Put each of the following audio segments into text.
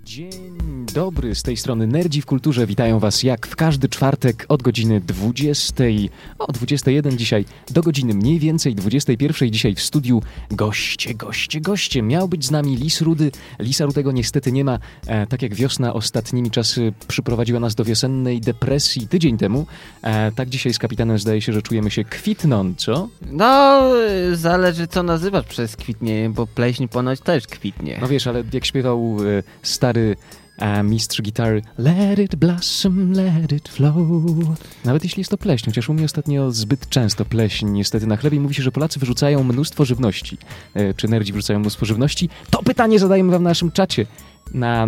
Dzień dobry, z tej strony Nerdzi w Kulturze. Witają Was jak w każdy czwartek od godziny 20, o 21 dzisiaj, do godziny mniej więcej 21. Dzisiaj w studiu goście. Miał być z nami Lis Rudy. Lisa Rudego niestety nie ma. Tak jak wiosna ostatnimi czasy przyprowadziła nas do wiosennej depresji tydzień temu, tak dzisiaj z kapitanem zdaje się, że czujemy się kwitnąco. No, zależy co nazywasz przez kwitnienie, bo pleśń ponoć też kwitnie. No wiesz, ale jak śpiewał stary mistrz gitary Let it blossom, let it flow. Nawet jeśli jest to pleśń, chociaż u mnie ostatnio zbyt często pleśń niestety na chlebie. Mówi się, że Polacy wyrzucają mnóstwo żywności. Czy nerdzi wyrzucają mnóstwo żywności? To pytanie zadajemy wam w naszym czacie na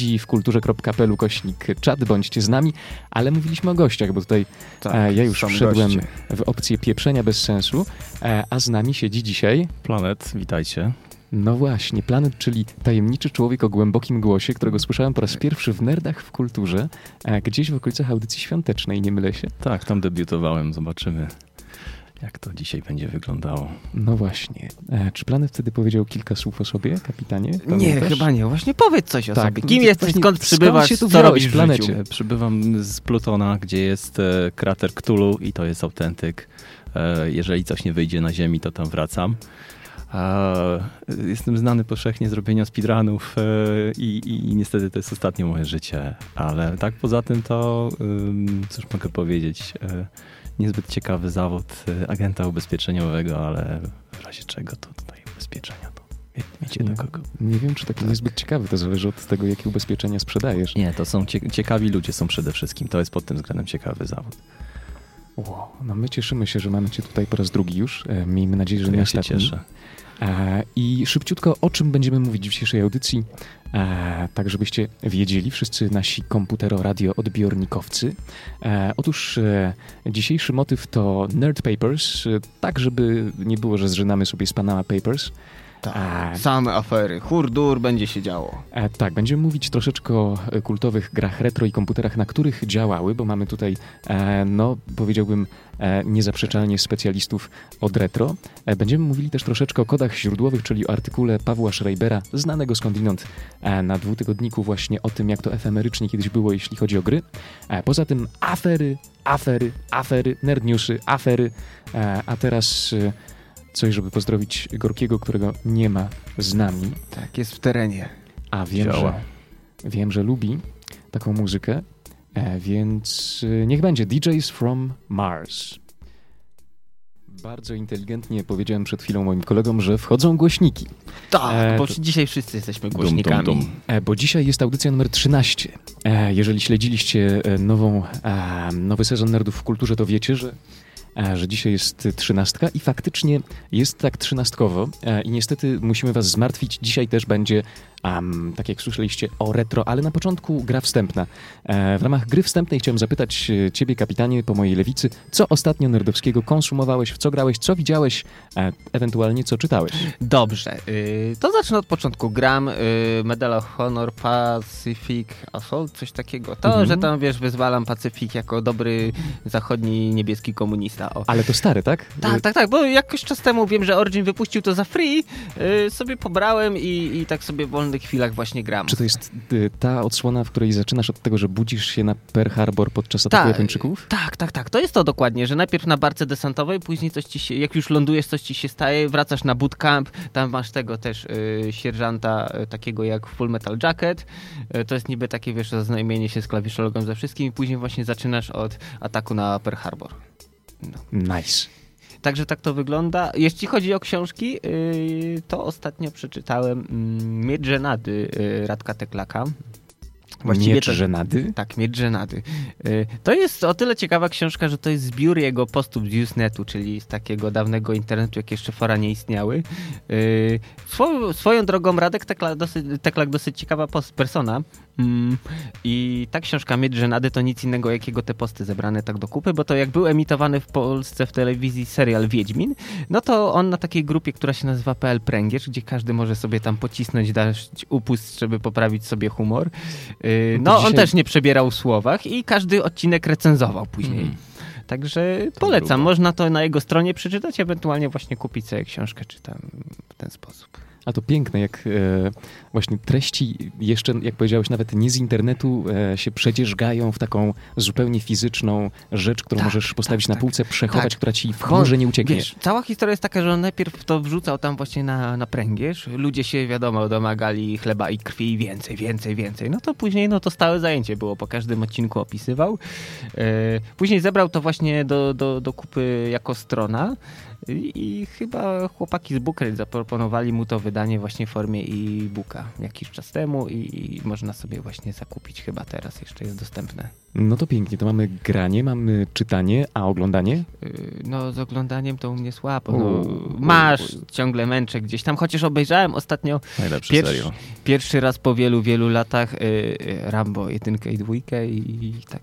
nerdziwkulturze.pl/czat, bądźcie z nami, ale mówiliśmy o gościach, bo tutaj ja już wszedłem w opcję pieprzenia bez sensu, a z nami siedzi dzisiaj Planet, witajcie. No właśnie, Planet, czyli tajemniczy człowiek o głębokim głosie, którego słyszałem po raz pierwszy w Nerdach w Kulturze, gdzieś w okolicach audycji świątecznej, nie mylę się? Tak, tam debiutowałem, zobaczymy jak to dzisiaj będzie wyglądało. No właśnie. Czy Planet wtedy powiedział kilka słów o sobie, kapitanie? Pamiętasz? Nie, chyba nie. Właśnie powiedz coś o sobie. Kim jesteś, właśnie, skąd przybywasz, się tu co robisz w Planecie? w życiu? Przybywam z Plutona, gdzie jest krater Cthulhu i to jest autentyk. Jeżeli coś nie wyjdzie na Ziemi, to tam wracam. Jestem znany powszechnie z robienia speedrunów i niestety to jest ostatnie moje życie, ale tak poza tym to, cóż mogę powiedzieć, niezbyt ciekawy zawód agenta ubezpieczeniowego, ale w razie czego to tutaj ubezpieczenia to wiecie do kogo. Nie wiem, czy taki niezbyt ciekawy, to zależy od tego, jakie ubezpieczenia sprzedajesz. Nie, to są ciekawi ludzie są przede wszystkim, to jest pod tym względem ciekawy zawód. Wow, no my cieszymy się, że mamy cię tutaj po raz drugi już. Miejmy nadzieję, że nie ja ostatni. się cieszę. I szybciutko, o czym będziemy mówić w dzisiejszej audycji, tak żebyście wiedzieli, wszyscy nasi komputero-radio-odbiornikowcy. Otóż dzisiejszy motyw to Nerd Papers, tak żeby nie było, że zżynamy sobie z Panama Papers. Same afery, hurdur, będzie się działo. Tak, będziemy mówić troszeczkę o kultowych grach retro i komputerach, na których działały, bo mamy tutaj, no powiedziałbym, niezaprzeczalnie specjalistów od retro. Będziemy mówili też troszeczkę o kodach źródłowych, czyli o artykule Pawła Schreibera, znanego skądinąd na dwutygodniku, właśnie o tym, jak to efemerycznie kiedyś było, jeśli chodzi o gry. Poza tym afery, nerdnewsy, afery, a teraz coś, żeby pozdrowić Gorkiego, którego nie ma z nami. Tak, jest w terenie. A wiem, że lubi taką muzykę, więc niech będzie DJs from Mars. Bardzo inteligentnie powiedziałem przed chwilą moim kolegom, że wchodzą głośniki. Tak, bo dzisiaj wszyscy jesteśmy głośnikami. Bo dzisiaj jest audycja numer 13. Jeżeli śledziliście nowy sezon Nerdów w Kulturze, to wiecie, że dzisiaj jest 13 i faktycznie jest tak 13-kowo i niestety musimy was zmartwić. Dzisiaj też będzie, tak jak słyszeliście, o retro, ale na początku gra wstępna. W ramach gry wstępnej chciałem zapytać ciebie, kapitanie, po mojej lewicy, co ostatnio nerdowskiego konsumowałeś, w co grałeś, co widziałeś, ewentualnie co czytałeś? Dobrze, to zacznę od początku. Gram Medal of Honor Pacific Assault, coś takiego. To, że tam, wiesz, wyzwalam Pacyfik jako dobry zachodni niebieski komunista. O. Ale to stare, tak? Tak, bo jakoś czas temu wiem, że Origin wypuścił to za free, sobie pobrałem i tak sobie w wolnych chwilach właśnie gram. Czy to jest ta odsłona, w której zaczynasz od tego, że budzisz się na Pearl Harbor podczas ataku Japończyków? Tak. To jest to dokładnie, że najpierw na barce desantowej, później coś ci się, jak już lądujesz, coś ci się staje, wracasz na bootcamp, tam masz tego też sierżanta takiego jak Full Metal Jacket. To jest niby takie, wiesz, zaznajomienie się z klawiszologą ze wszystkim i później właśnie zaczynasz od ataku na Pearl Harbor. No. Nice. Także tak to wygląda. Jeśli chodzi o książki, to ostatnio przeczytałem Miecz Żenady Radka Teklaka. Miecz Żenady? Tak, Miecz Żenady. To jest o tyle ciekawa książka, że to jest zbiór jego postów z Usenetu, czyli z takiego dawnego internetu, jak jeszcze fora nie istniały. Swoją drogą Radek Teklak dosyć ciekawa persona. I ta książka Miecz Żenady to nic innego jak jego te posty zebrane tak do kupy, bo to jak był emitowany w Polsce w telewizji serial Wiedźmin, no to on na takiej grupie, która się nazywa PL Pręgierz, gdzie każdy może sobie tam pocisnąć, dać upust, żeby poprawić sobie humor. No on też nie przebierał w słowach i każdy odcinek recenzował później. Także polecam, można to na jego stronie przeczytać, ewentualnie właśnie kupić sobie książkę, czy tam w ten sposób. A to piękne, jak właśnie treści jeszcze, jak powiedziałeś, nawet nie z internetu się przedzierzgają w taką zupełnie fizyczną rzecz, którą możesz postawić na półce, przechować, która ci w chmurze nie ucieknie. Wiesz, cała historia jest taka, że on najpierw to wrzucał tam właśnie na pręgierz. Ludzie się, wiadomo, domagali chleba i krwi i więcej. No to później to stałe zajęcie było, po każdym odcinku opisywał. Później zebrał to właśnie do kupy jako strona i chyba chłopaki z Bookrate zaproponowali mu to wydanie właśnie w formie e-booka jakiś czas temu i można sobie właśnie zakupić, chyba teraz jeszcze jest dostępne. No to pięknie, to mamy granie, mamy czytanie, a oglądanie? No z oglądaniem to u mnie słabo. Masz ciągle męczę gdzieś tam, chociaż obejrzałem ostatnio pierwszy raz po wielu latach Rambo 1 i 2 i tak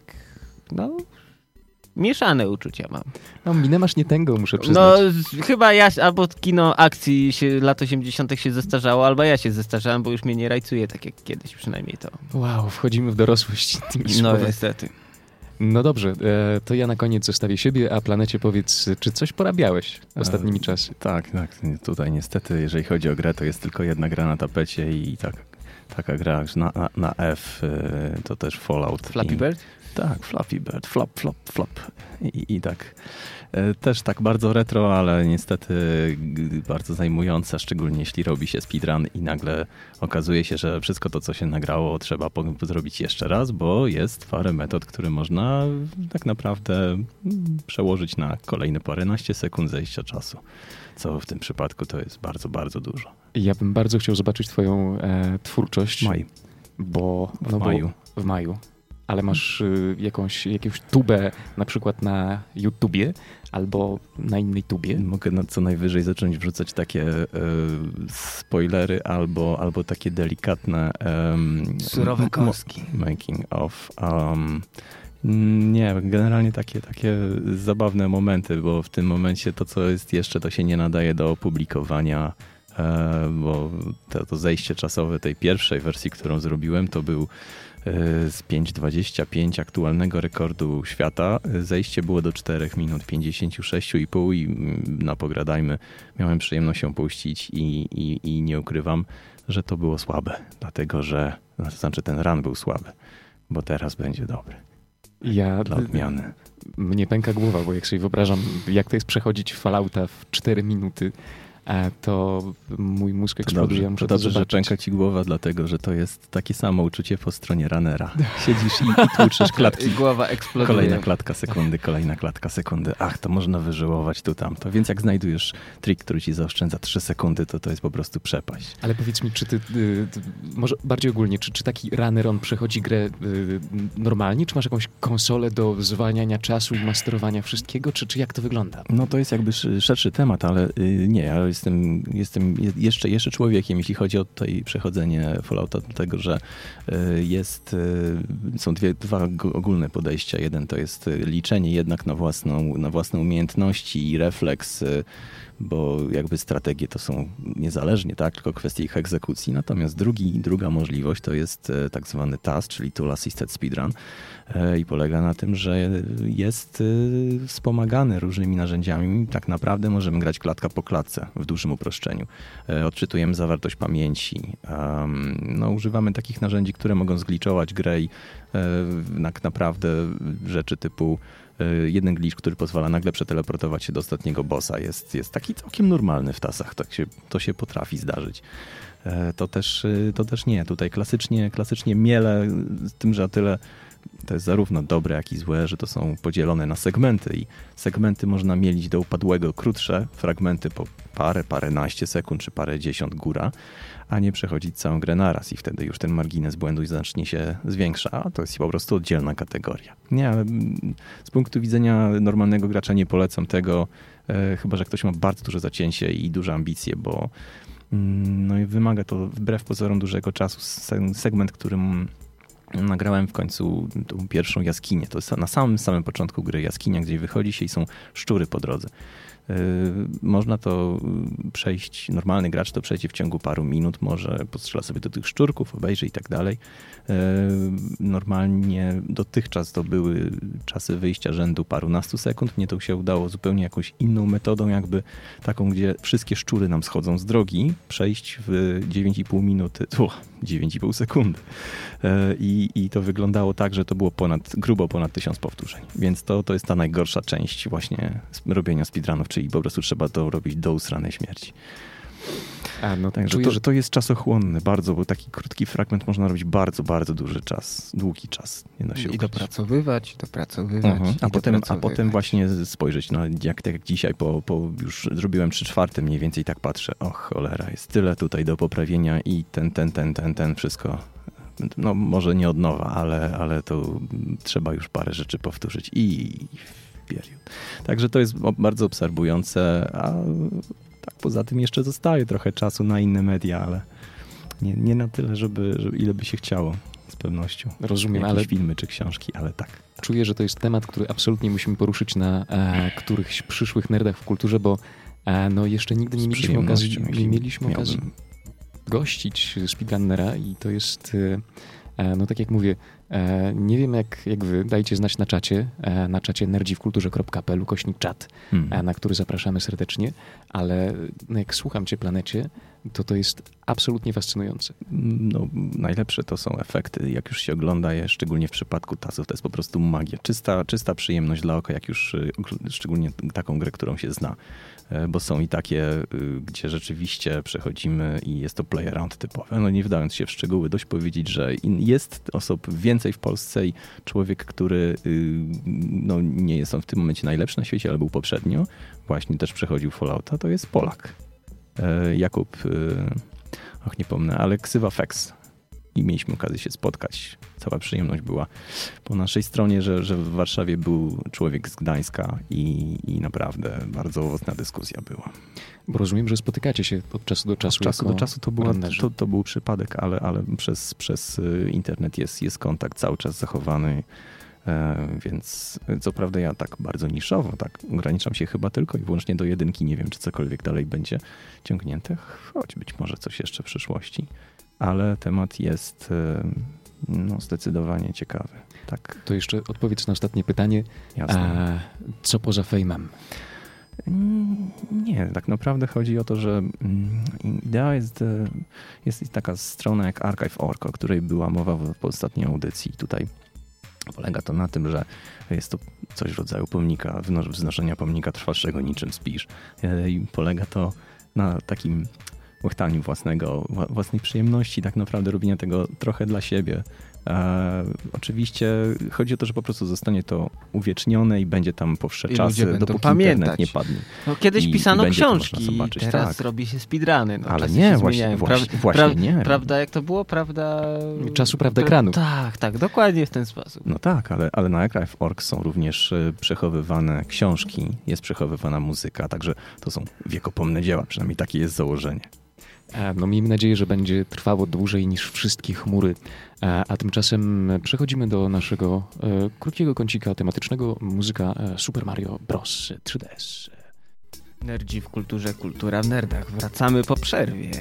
mieszane uczucia mam. No minę masz nie tęgą, muszę przyznać. No chyba ja, albo kino akcji lat 80. się zestarzało, albo ja się zestarzałem, bo już mnie nie rajcuje tak jak kiedyś, przynajmniej to. Wow, wchodzimy w dorosłość tymi słowami. No niestety. No dobrze, to ja na koniec zostawię siebie, a Planecie powiedz, czy coś porabiałeś ostatnimi czasy? Tak. Tutaj niestety, jeżeli chodzi o grę, to jest tylko jedna gra na tapecie i taka gra na F, to też Fallout. Flappy Bird? Tak, Flappy Bird, flop. I tak. Też tak bardzo retro, ale niestety bardzo zajmująca, szczególnie jeśli robi się speedrun i nagle okazuje się, że wszystko to, co się nagrało, trzeba zrobić jeszcze raz, bo jest parę metod, które można tak naprawdę przełożyć na kolejne paręnaście sekund zejścia czasu, co w tym przypadku to jest bardzo, bardzo dużo. Ja bym bardzo chciał zobaczyć twoją twórczość. W maju. Ale masz jakąś tubę na przykład na YouTubie albo na innej tubie? Mogę co najwyżej zacząć wrzucać takie spoilery albo takie delikatne surowe kostki. Making of. Nie, generalnie takie zabawne momenty, bo w tym momencie to, co jest jeszcze, to się nie nadaje do opublikowania, bo to zejście czasowe tej pierwszej wersji, którą zrobiłem, to był z 5:25 aktualnego rekordu świata. Zejście było do 4 minut 56,5 i na pogradajmy miałem przyjemność ją puścić i nie ukrywam, że to było słabe, dlatego że ten run był słaby, bo teraz będzie dobry. Dla odmiany. Mnie pęka głowa, bo jak sobie wyobrażam, jak to jest przechodzić Fallouta w 4 minuty, to mój mózg eksploduje. To dobrze, że pęka ci głowa, dlatego że to jest takie samo uczucie po stronie runnera. Siedzisz i tłuczysz klatki. Głowa eksploduje. Kolejna klatka sekundy. Ach, to można wyżyłować tu tamto. Więc jak znajdujesz trik, który ci zaoszczędza 3 sekundy, to jest po prostu przepaść. Ale powiedz mi, czy ty, może bardziej ogólnie, czy taki runner, on przechodzi grę normalnie? Czy masz jakąś konsolę do zwalniania czasu i masterowania wszystkiego? Czy jak to wygląda? No to jest jakby szerszy temat, ale nie, ja jestem jeszcze człowiekiem, jeśli chodzi o tutaj przechodzenie Fallouta, dlatego że są dwa ogólne podejścia. Jeden to jest liczenie jednak na własne umiejętności i refleks, bo jakby strategie to są niezależnie, tak, tylko kwestie ich egzekucji. Natomiast druga możliwość to jest tak zwany TAS, czyli Tool Assisted Speedrun i polega na tym, że jest wspomagany różnymi narzędziami. Tak naprawdę możemy grać klatka po klatce w dużym uproszczeniu. Odczytujemy zawartość pamięci. Używamy takich narzędzi, które mogą zgliczować grę i tak naprawdę rzeczy typu jeden glitch, który pozwala nagle przeteleportować się do ostatniego bossa. Jest taki całkiem normalny w tasach. To się potrafi zdarzyć. To też nie. Tutaj klasycznie miele z tym, że o tyle to jest zarówno dobre, jak i złe, że to są podzielone na segmenty i segmenty można mielić do upadłego krótsze, fragmenty po paręnaście sekund czy parędziesiąt góra, a nie przechodzić całą grę naraz i wtedy już ten margines błędu znacznie się zwiększa, a to jest po prostu oddzielna kategoria. Nie, ale z punktu widzenia normalnego gracza nie polecam tego, chyba że ktoś ma bardzo duże zacięcie i duże ambicje, bo i wymaga to wbrew pozorom dużego czasu. Segment, którym nagrałem w końcu tą pierwszą jaskinię. To jest na samym początku gry jaskinia, gdzie wychodzi się i są szczury po drodze. Można to przejść, normalny gracz to przejdzie w ciągu paru minut, może postrzela sobie do tych szczurków, obejrzy i tak dalej. Normalnie dotychczas to były czasy wyjścia rzędu parunastu sekund. Mnie to się udało zupełnie jakąś inną metodą, jakby taką, gdzie wszystkie szczury nam schodzą z drogi, przejść w 9,5 minuty, 9,5 sekundy. I to wyglądało tak, że to było grubo ponad 1000 powtórzeń. Więc to jest ta najgorsza część właśnie robienia speedrunów, czyli po prostu trzeba to robić do usranej śmierci. Także czuję, że to jest czasochłonne bardzo, bo taki krótki fragment można robić bardzo, bardzo długi czas. I dopracowywać. A potem właśnie spojrzeć, jak dzisiaj, już zrobiłem 3/4 mniej więcej, tak patrzę, cholera, jest tyle tutaj do poprawienia i ten wszystko. No może nie od nowa, ale to trzeba już parę rzeczy powtórzyć i period. Także to jest bardzo absorbujące, a tak poza tym jeszcze zostaje trochę czasu na inne media, ale nie na tyle, żeby ile by się chciało z pewnością. Rozumiem, ale filmy czy książki, ale tak. Czuję, że to jest temat, który absolutnie musimy poruszyć na którychś przyszłych nerdach w kulturze, bo jeszcze nigdy nie mieliśmy okazji gościć speedrunnera i to jest, tak jak mówię, nie wiem jak wy, dajcie znać na czacie nerdziwkulturze.pl /czat, na który zapraszamy serdecznie, ale jak słucham cię, Planecie, to jest absolutnie fascynujące. Najlepsze to są efekty, jak już się ogląda je, szczególnie w przypadku tasów, to jest po prostu magia. Czysta przyjemność dla oka, jak już szczególnie taką grę, którą się zna. Bo są i takie, gdzie rzeczywiście przechodzimy i jest to play around typowe. Nie wdając się w szczegóły, dość powiedzieć, że jest osób więcej w Polsce i człowiek, który nie jest on w tym momencie najlepszy na świecie, ale był poprzednio, właśnie też przechodził Fallouta, to jest Polak. Jakub, nie pomnę, ale ksywa Fex. I mieliśmy okazję się spotkać. Cała przyjemność była po naszej stronie, że w Warszawie był człowiek z Gdańska i naprawdę bardzo owocna dyskusja była. Bo rozumiem, że spotykacie się od czasu do czasu. Od czasu do czasu to był przypadek, ale przez internet jest kontakt cały czas zachowany. Więc co prawda ja tak bardzo niszowo, tak ograniczam się chyba tylko i wyłącznie do 1. Nie wiem, czy cokolwiek dalej będzie ciągnięte, choć być może coś jeszcze w przyszłości. Ale temat jest zdecydowanie ciekawy. Tak. To jeszcze odpowiedz na ostatnie pytanie. Jasne. Co poza fejmem? Nie, tak naprawdę chodzi o to, że idea jest taka strona jak Archive.org, o której była mowa w ostatniej audycji. Tutaj polega to na tym, że jest to coś w rodzaju pomnika, wznoszenia pomnika trwalszego niczym spisz. I polega to na takim łechtaniu własnej przyjemności, tak naprawdę robienia tego trochę dla siebie. Oczywiście chodzi o to, że po prostu zostanie to uwiecznione i będzie tam po wsze czasy, dopóki internet nie padnie. Kiedyś pisano książki, teraz robi się speedruny. Ale nie, właśnie nie. Prawda, jak to było? Prawda... Czasu, prawda ekranu. Tak, dokładnie w ten sposób. No tak, ale na Archive.org są również przechowywane książki, jest przechowywana muzyka, także to są wiekopomne dzieła, przynajmniej takie jest założenie. Miejmy nadzieję, że będzie trwało dłużej niż wszystkie chmury. A tymczasem przechodzimy do naszego krótkiego kącika tematycznego. Muzyka Super Mario Bros. 3DS. Nerdzi w kulturze, kultura w nerdach. Wracamy po przerwie.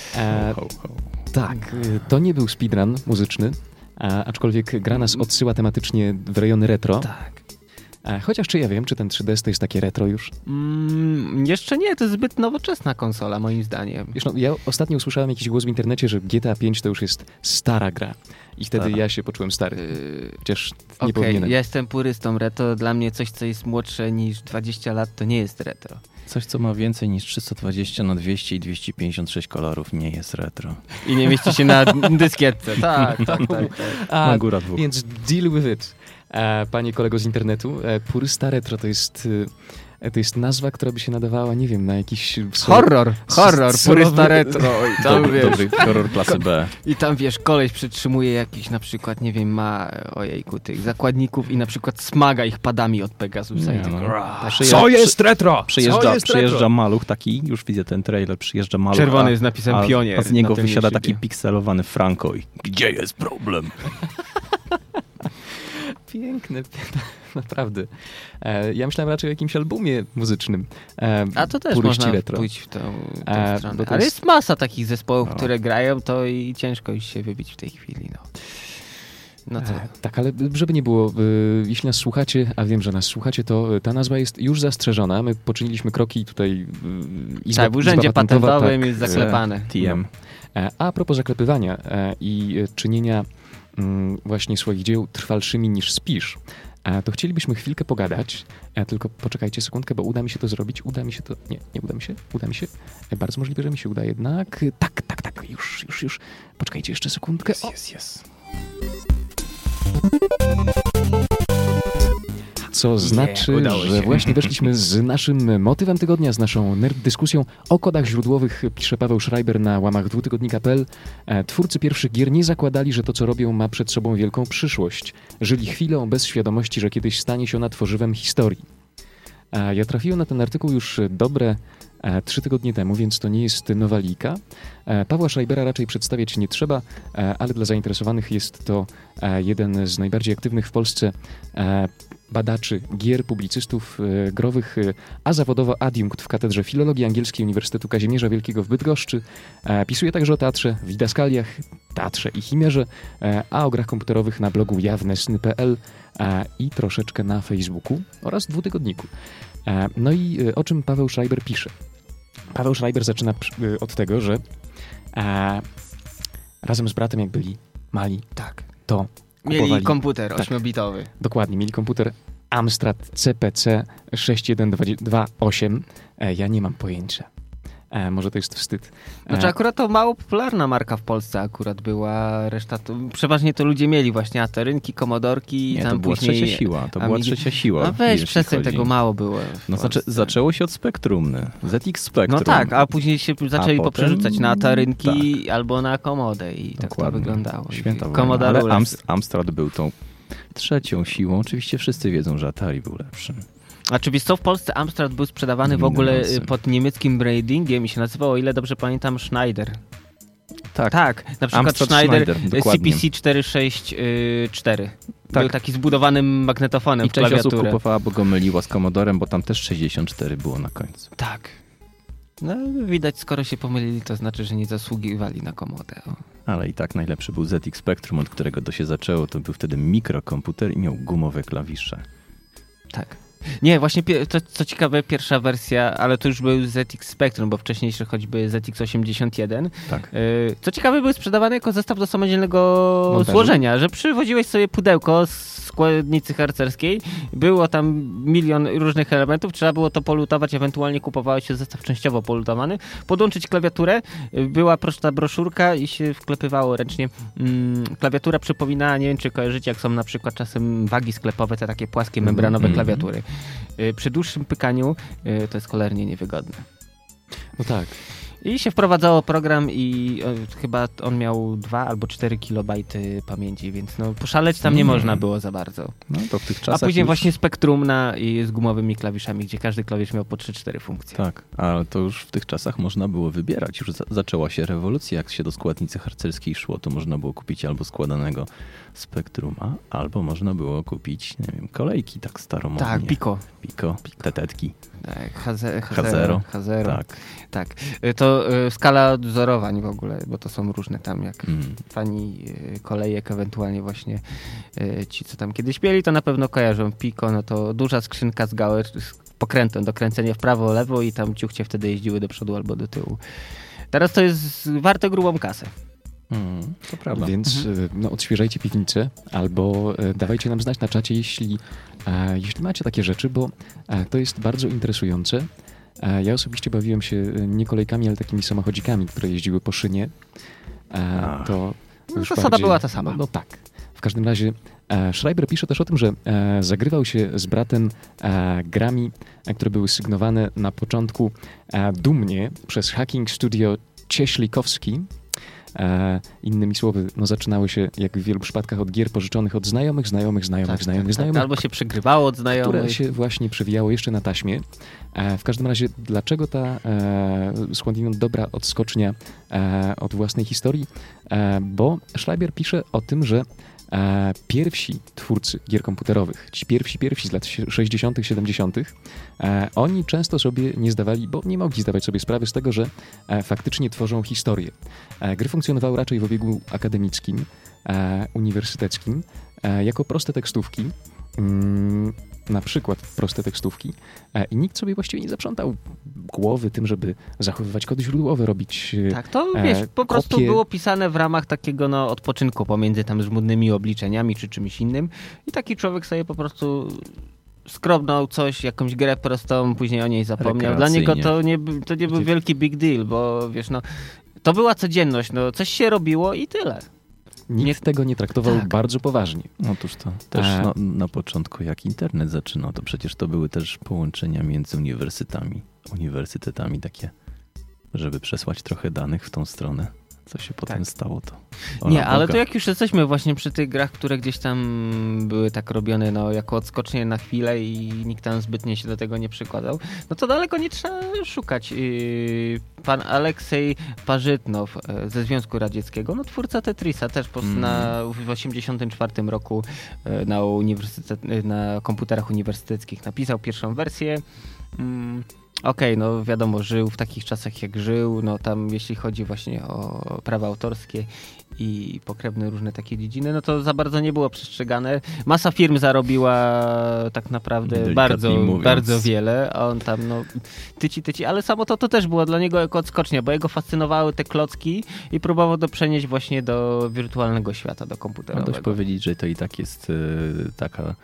Tak, to nie był speedrun muzyczny, aczkolwiek gra nas odsyła tematycznie w rejony retro. Tak. Chociaż czy ja wiem, czy ten 3DS to jest takie retro już? Jeszcze nie, to jest zbyt nowoczesna konsola moim zdaniem. Wiesz, ja ostatnio usłyszałem jakiś głos w internecie, że GTA 5 to już jest stara gra. I wtedy ja się poczułem stary. Chociaż nie powinienem. Ja jestem purystą retro. Dla mnie coś, co jest młodsze niż 20 lat, to nie jest retro. Coś, co ma więcej niż 320 na 200 i 256 kolorów, nie jest retro. I nie mieści się na dyskietce. Tak. Na góra dwóch. Więc deal with it. Panie kolego z internetu, purysta retro to jest nazwa, która by się nadawała, nie wiem, na jakiś... Horror, purysta retro. I tam, dobry horror klasy B. I tam, koleś przytrzymuje jakiś na przykład, nie wiem, tych zakładników i na przykład smaga ich padami od Pegasusa. Co jest retro? Przyjeżdża maluch taki, już widzę ten trailer, przyjeżdża maluch. Czerwony z napisem Pionier. A z niego wysiada taki pikselowany Franco i gdzie jest problem? Piękne. Naprawdę. Ja myślałem raczej o jakimś albumie muzycznym. A to też puryści można retro. pójść w tą stronę. bo to Ale jest- jest masa takich zespołów, które grają, to i ciężko już się wybić w tej chwili. No co? Tak, ale żeby nie było, jeśli nas słuchacie, a wiem, że nas słuchacie, to ta nazwa jest już zastrzeżona. My poczyniliśmy kroki tutaj. Tak, w urzędzie patentowa, patentowym tak, jest zaklepane. TM. A propos zaklepywania i czynienia właśnie swoich dzieł trwalszymi niż spisz, to chcielibyśmy chwilkę pogadać, tylko poczekajcie sekundkę, bo uda mi się to zrobić. Uda mi się to... Nie uda mi się. Uda mi się. Bardzo możliwe, że mi się uda jednak. Tak. Już. Poczekajcie jeszcze sekundkę. O. Yes. Co znaczy, udało że się. właśnie weszliśmy z naszym motywem tygodnia, z naszą nerd dyskusją o kodach źródłowych, pisze Paweł Schreiber na łamach dwutygodnika.pl. Twórcy pierwszych gier nie zakładali, że to, co robią, ma przed sobą wielką przyszłość. Żyli chwilą bez świadomości, że kiedyś stanie się ona tworzywem historii. Ja trafiłem na ten artykuł już dobre 3 tygodnie temu, więc to nie jest nowalika. Pawła Schreibera raczej przedstawiać nie trzeba, ale dla zainteresowanych jest to jeden z najbardziej aktywnych w Polsce badaczy gier, publicystów growych, a zawodowo adiunkt w Katedrze Filologii Angielskiej Uniwersytetu Kazimierza Wielkiego w Bydgoszczy. Pisuje także o teatrze w Didaskaliach, teatrze i chimerze, a o grach komputerowych na blogu jawnesny.pl i troszeczkę na Facebooku oraz dwutygodniku. No i o czym Paweł Schreiber pisze? Paweł Schreiber zaczyna od tego, że razem z bratem, jak byli mali, Tak. to Mieli kupowali... komputer Tak. 8-bitowy. Dokładnie, mieli komputer Amstrad CPC 6128. Ja nie mam pojęcia. Może to jest wstyd. Znaczy akurat to mało popularna marka w Polsce akurat była, reszta to, przeważnie to ludzie mieli właśnie Aterynki, Komodorki i Nie, tam to była później trzecia siła. To była Amigi. trzecia siła. No weź, jeśli przestań, chodzi. tego mało było w No Polsce. zaczęło się od Spectrum. ZX Spectrum. No tak, a później się zaczęli potem- poprzerzucać na Atarynki albo na Komodę i tak to Dokładnie. wyglądało. Święta wojna. Commodore Ale Rules. Amstrad był tą trzecią siłą. Oczywiście wszyscy wiedzą, że Atari był lepszy. Znaczy, wiesz co, w Polsce Amstrad był sprzedawany w ogóle Dominujący. pod niemieckim brandingiem i się nazywał, o ile dobrze pamiętam, Schneider. Tak. Tak, na przykład Amstrad Schneider dokładnie. CPC 464. Tak. Był taki zbudowanym magnetofonem I w część osób klawiaturę. kupowała, bo go myliła z Commodorem, bo tam też 64 było na końcu. Tak. No widać, skoro się pomylili, to znaczy, że nie zasługiwali na Komodę. Ale i tak najlepszy był ZX Spectrum, od którego to się zaczęło. To był wtedy mikrokomputer i miał gumowe klawisze. Tak. Nie, właśnie to co ciekawe, pierwsza wersja, ale to już był ZX Spectrum, bo wcześniejszy choćby ZX81. Tak. Co ciekawe, były sprzedawane jako zestaw do samodzielnego Montażu. złożenia, że przywoziłeś sobie pudełko z składnicy harcerskiej, było tam milion różnych elementów, trzeba było to polutować, ewentualnie kupowałeś się zestaw częściowo polutowany, podłączyć klawiaturę, była prosta broszurka i się wklepywało ręcznie. Klawiatura przypominała, nie wiem czy kojarzycie, jak są na przykład czasem wagi sklepowe, te takie płaskie, membranowe klawiatury. Przy dłuższym pykaniu to jest cholernie niewygodne. No tak. I się wprowadzało program i chyba on miał 2 albo 4 kilobajty pamięci, więc no poszaleć tam nie można było za bardzo. No to w tych A czasach później już... właśnie Spektrum z gumowymi klawiszami, gdzie każdy klawisz miał po 3-4 funkcje. Tak, ale to już w tych czasach można było wybierać. Już zaczęła się rewolucja, jak się do składnicy harcerskiej szło, to można było kupić albo składanego Spektruma, albo można było kupić, nie wiem, kolejki tak staromodnie. Tak, Pico. Pico, tetetki. Tak, Hazero. Tak. Tak. To skala dozorowań w ogóle, bo to są różne tam, jak fani kolejek, ewentualnie właśnie ci, co tam kiedyś mieli, to na pewno kojarzą. Pico, no to duża skrzynka z pokrętem do kręcenia w prawo, lewo i tam ciuchcie wtedy jeździły do przodu albo do tyłu. Teraz to jest warte grubą kasę. To prawda. Więc no, odświeżajcie piwnicę albo dawajcie nam znać na czacie, jeśli macie takie rzeczy, bo to jest bardzo interesujące. Ja osobiście bawiłem się nie kolejkami, ale takimi samochodzikami, które jeździły po szynie. To już zasada bardziej, była ta sama. No tak. W każdym razie Schreiber pisze też o tym, że zagrywał się z bratem grami, które były sygnowane na początku dumnie przez Hacking Studio Cieślikowski. Innymi słowy, no zaczynały się, jak w wielu przypadkach, od gier pożyczonych od znajomych. Albo się przegrywało od znajomych. Które się właśnie przewijało jeszcze na taśmie. W każdym razie, dlaczego ta skądinąd dobra odskocznia od własnej historii? Bo Schreiber pisze o tym, że pierwsi twórcy gier komputerowych, ci pierwsi z lat 60., 70., oni często sobie nie zdawali, bo nie mogli zdawać sobie sprawy z tego, że faktycznie tworzą historię. Gry funkcjonowały raczej w obiegu akademickim, uniwersyteckim, jako proste tekstówki, na przykład proste tekstówki, i nikt sobie właściwie nie zaprzątał głowy tym, żeby zachowywać kody źródłowe, robić tak, to wiesz, po prostu było pisane w ramach takiego odpoczynku pomiędzy tam żmudnymi obliczeniami czy czymś innym i taki człowiek sobie po prostu skrobnął coś, jakąś grę prostą, później o niej zapomniał. Dla niego to nie był wielki big deal, bo wiesz, to była codzienność, coś się robiło i tyle. Nikt tego nie traktował bardzo poważnie. Otóż to też na początku, jak internet zaczynał, to przecież to były też połączenia między uniwersytetami takie, żeby przesłać trochę danych w tą stronę. Co się potem stało, to... Nie, ale to jak już jesteśmy właśnie przy tych grach, które gdzieś tam były tak robione jako odskocznie na chwilę i nikt tam zbytnio się do tego nie przykładał, to daleko nie trzeba szukać. Pan Aleksiej Parzytnow ze Związku Radzieckiego, twórca Tetrisa, też w 1984 roku na komputerach uniwersyteckich napisał pierwszą wersję. Okej, wiadomo, żył w takich czasach jak żył, tam jeśli chodzi właśnie o prawa autorskie i pokrewne różne takie dziedziny, to za bardzo nie było przestrzegane. Masa firm zarobiła tak naprawdę bardzo wiele, a on tam tyci, ale samo to też było dla niego jako odskocznia, bo jego fascynowały te klocki i próbował to przenieść właśnie do wirtualnego świata, do komputerowego. Dość powiedzieć, że to i tak jest taka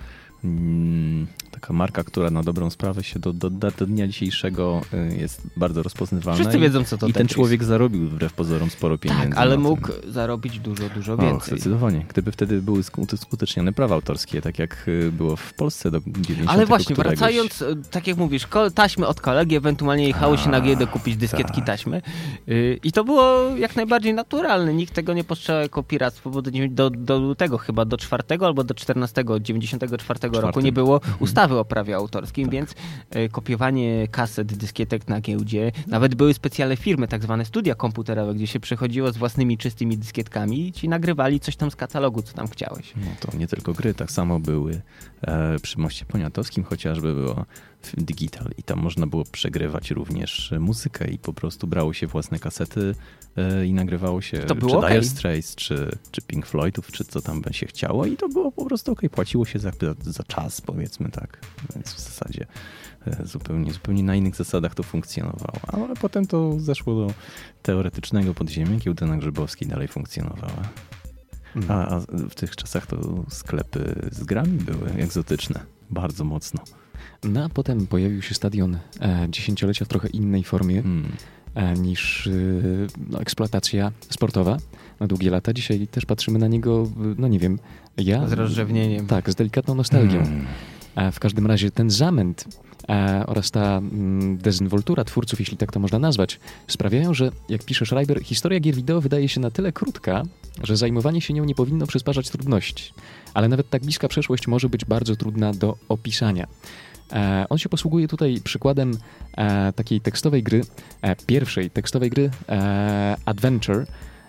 marka, która na dobrą sprawę się do dnia dzisiejszego jest bardzo rozpoznawalna. Wszyscy wiedzą, co to I ten człowiek zarobił wbrew pozorom sporo pieniędzy. Tak, ale mógł zarobić dużo więcej. Zdecydowanie. Gdyby wtedy były uskutecznione prawa autorskie, tak jak było w Polsce do 90. Ale właśnie, wracając, tak jak mówisz, taśmy od kolegi, ewentualnie jechało się na giełdę kupić dyskietki taśmy. I to było jak najbardziej naturalne. Nikt tego nie postrzegał jako piractwo, bo do lutego chyba, do 4 albo do 14, 94 roku nie było ustawy o prawie autorskim, więc kopiowanie kaset, dyskietek na giełdzie, nawet były specjalne firmy, tak zwane studia komputerowe, gdzie się przechodziło z własnymi czystymi dyskietkami i ci nagrywali coś tam z katalogu, co tam chciałeś. To nie tylko gry, tak samo były przy Moście Poniatowskim chociażby było Digital i tam można było przegrywać również muzykę i po prostu brało się własne kasety i nagrywało się to czy Dire Straits, czy Pink Floydów, czy co tam by się chciało i to było po prostu płaciło się za czas, powiedzmy tak, więc w zasadzie zupełnie na innych zasadach to funkcjonowało, ale potem to zeszło do teoretycznego podziemia, giełda na Grzybowskiej dalej funkcjonowała. A w tych czasach to sklepy z grami były egzotyczne, bardzo mocno. A potem pojawił się stadion dziesięciolecia w trochę innej formie niż eksploatacja sportowa na długie lata. Dzisiaj też patrzymy na niego, nie wiem, z rozrzewnieniem. Tak, z delikatną nostalgią. W każdym razie ten zamęt oraz ta dezynwoltura twórców, jeśli tak to można nazwać, sprawiają, że, jak pisze Schreiber, historia gier wideo wydaje się na tyle krótka, że zajmowanie się nią nie powinno przysparzać trudności. Ale nawet tak bliska przeszłość może być bardzo trudna do opisania. On się posługuje tutaj przykładem takiej tekstowej gry, pierwszej tekstowej gry Adventure,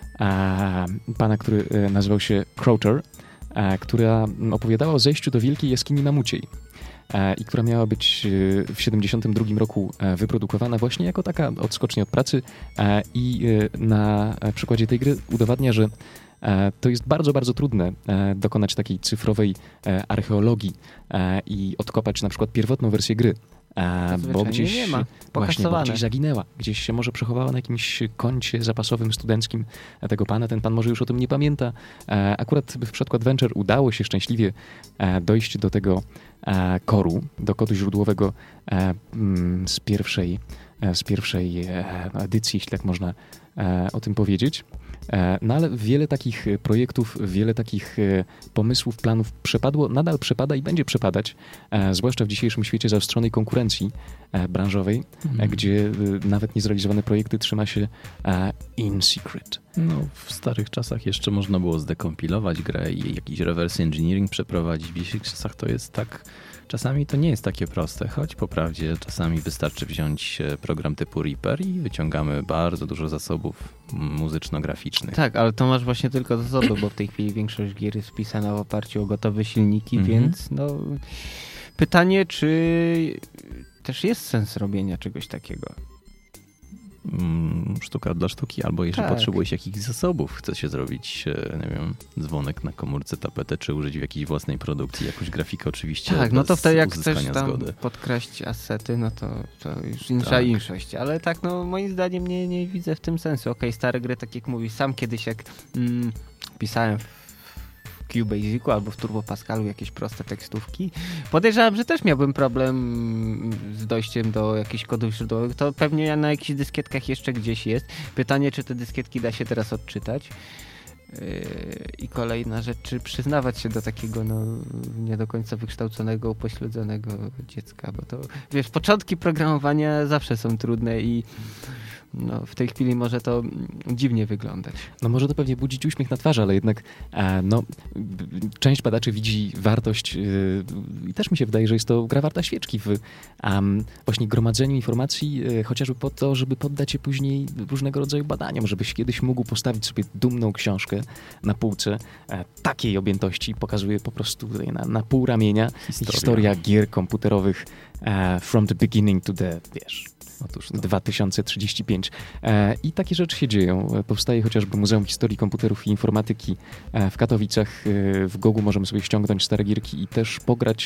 pana, który nazywał się Crowther, która opowiadała o zejściu do wielkiej jaskini mamuciej i która miała być w 1972 roku wyprodukowana właśnie jako taka odskocznia od pracy i na przykładzie tej gry udowadnia, że to jest bardzo, bardzo trudne dokonać takiej cyfrowej archeologii i odkopać na przykład pierwotną wersję gry. Bo gdzieś nie ma. Właśnie, bo gdzieś zaginęła. Gdzieś się może przechowała na jakimś koncie zapasowym studenckim tego pana. Ten pan może już o tym nie pamięta. Akurat w przypadku Adventure udało się szczęśliwie dojść do tego koru, do kodu źródłowego z pierwszej edycji, jeśli tak można o tym powiedzieć. No ale wiele takich projektów, wiele takich pomysłów, planów przepadło, nadal przepada i będzie przepadać, zwłaszcza w dzisiejszym świecie zaostrzonej konkurencji branżowej, gdzie nawet niezrealizowane projekty trzyma się in secret. W starych czasach jeszcze można było zdekompilować grę i jakiś reverse engineering przeprowadzić. W dzisiejszych czasach to jest tak czasami to nie jest takie proste, choć po prawdzie czasami wystarczy wziąć program typu Reaper i wyciągamy bardzo dużo zasobów muzyczno-graficznych. Tak, ale to masz właśnie tylko zasoby, bo w tej chwili większość gier jest pisana w oparciu o gotowe silniki, więc no pytanie, czy też jest sens robienia czegoś takiego? Sztuka dla sztuki, albo jeżeli Tak. potrzebujesz jakichś zasobów, chce się zrobić, nie wiem, dzwonek na komórce, tapetę, czy użyć w jakiejś własnej produkcji, jakąś grafikę oczywiście. Tak, no to wtedy jak chcesz uzyskania tam zgody. podkraść asety, no to już insza Tak. inszość, ale tak, no moim zdaniem nie widzę w tym sensu. Okej, stare gry, tak jak mówisz, sam kiedyś jak pisałem w QBasicu albo w Turbo Pascalu jakieś proste tekstówki, podejrzewam, że też miałbym problem z dojściem do jakichś kodów źródłowych. To pewnie na jakichś dyskietkach jeszcze gdzieś jest. Pytanie, czy te dyskietki da się teraz odczytać. I kolejna rzecz, czy przyznawać się do takiego nie do końca wykształconego, upośledzonego dziecka, bo to wiesz, początki programowania zawsze są trudne i no, w tej chwili może to dziwnie wyglądać. No może to pewnie budzić uśmiech na twarzy, ale jednak część badaczy widzi wartość i też mi się wydaje, że jest to gra warta świeczki w właśnie gromadzeniu informacji, chociażby po to, żeby poddać się później różnego rodzaju badaniom, żebyś kiedyś mógł postawić sobie dumną książkę na półce takiej objętości, pokazuje po prostu tutaj na pół ramienia historia gier komputerowych from the beginning to the, wiesz, Otóż to. 2035. I takie rzeczy się dzieją. Powstaje chociażby Muzeum Historii Komputerów i Informatyki w Katowicach. W Gogu możemy sobie ściągnąć stare gierki i też pograć.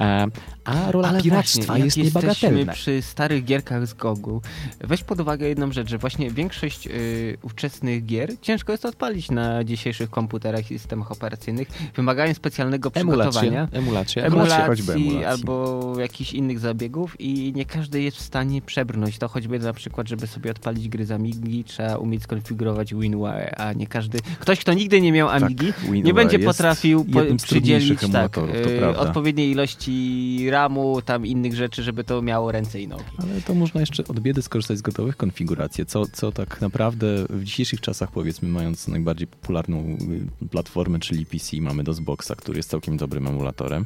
A rola Ale piractwa właśnie, jest jak niebagatelna. jesteśmy przy starych gierkach z Gogu, weź pod uwagę jedną rzecz, że właśnie większość ówczesnych gier ciężko jest odpalić na dzisiejszych komputerach i systemach operacyjnych. Wymagają specjalnego przygotowania. Emulacja. choćby emulacji. Albo jakichś innych zabiegów i nie każdy jest w stanie przebrnąć. To choćby na przykład, żeby sobie odpalić gry z Amigi, trzeba umieć skonfigurować WinUAE, a nie każdy... Ktoś, kto nigdy nie miał Amigi, nie będzie potrafił przydzielić odpowiedniej ilości RAMu, tam innych rzeczy, żeby to miało ręce i nogi. Ale to można jeszcze od biedy skorzystać z gotowych konfiguracji, co tak naprawdę w dzisiejszych czasach, powiedzmy, mając najbardziej popularną platformę, czyli PC, mamy DOSBoxa, który jest całkiem dobrym emulatorem.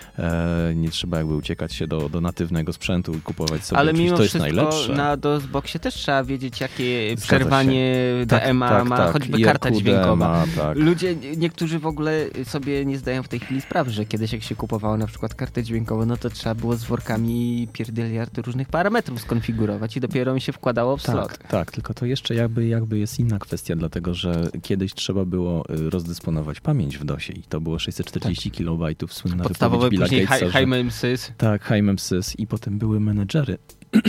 Nie trzeba jakby uciekać się do natywnego sprzętu i kupować sobie. Ale mimo to jest wszystko najlepsze. na DOSBoxie też trzeba wiedzieć, jakie przerwanie DMA ma, tak. choćby karta dźwiękowa. Tak. Ludzie, niektórzy w ogóle sobie nie zdają w tej chwili sprawy, że kiedyś jak się kupowało na przykład kartę dźwiękową, no to trzeba było z workami pierdyliard różnych parametrów skonfigurować i dopiero mi się wkładało w slot. Tak, tylko to jeszcze jakby jest inna kwestia, dlatego że kiedyś trzeba było rozdysponować pamięć w DOSie i to było 640 KB, słynna Podstawowe wypowiedź Billa później Gatesa, HiMemSys. Tak, HiMemSys i potem były menedżery.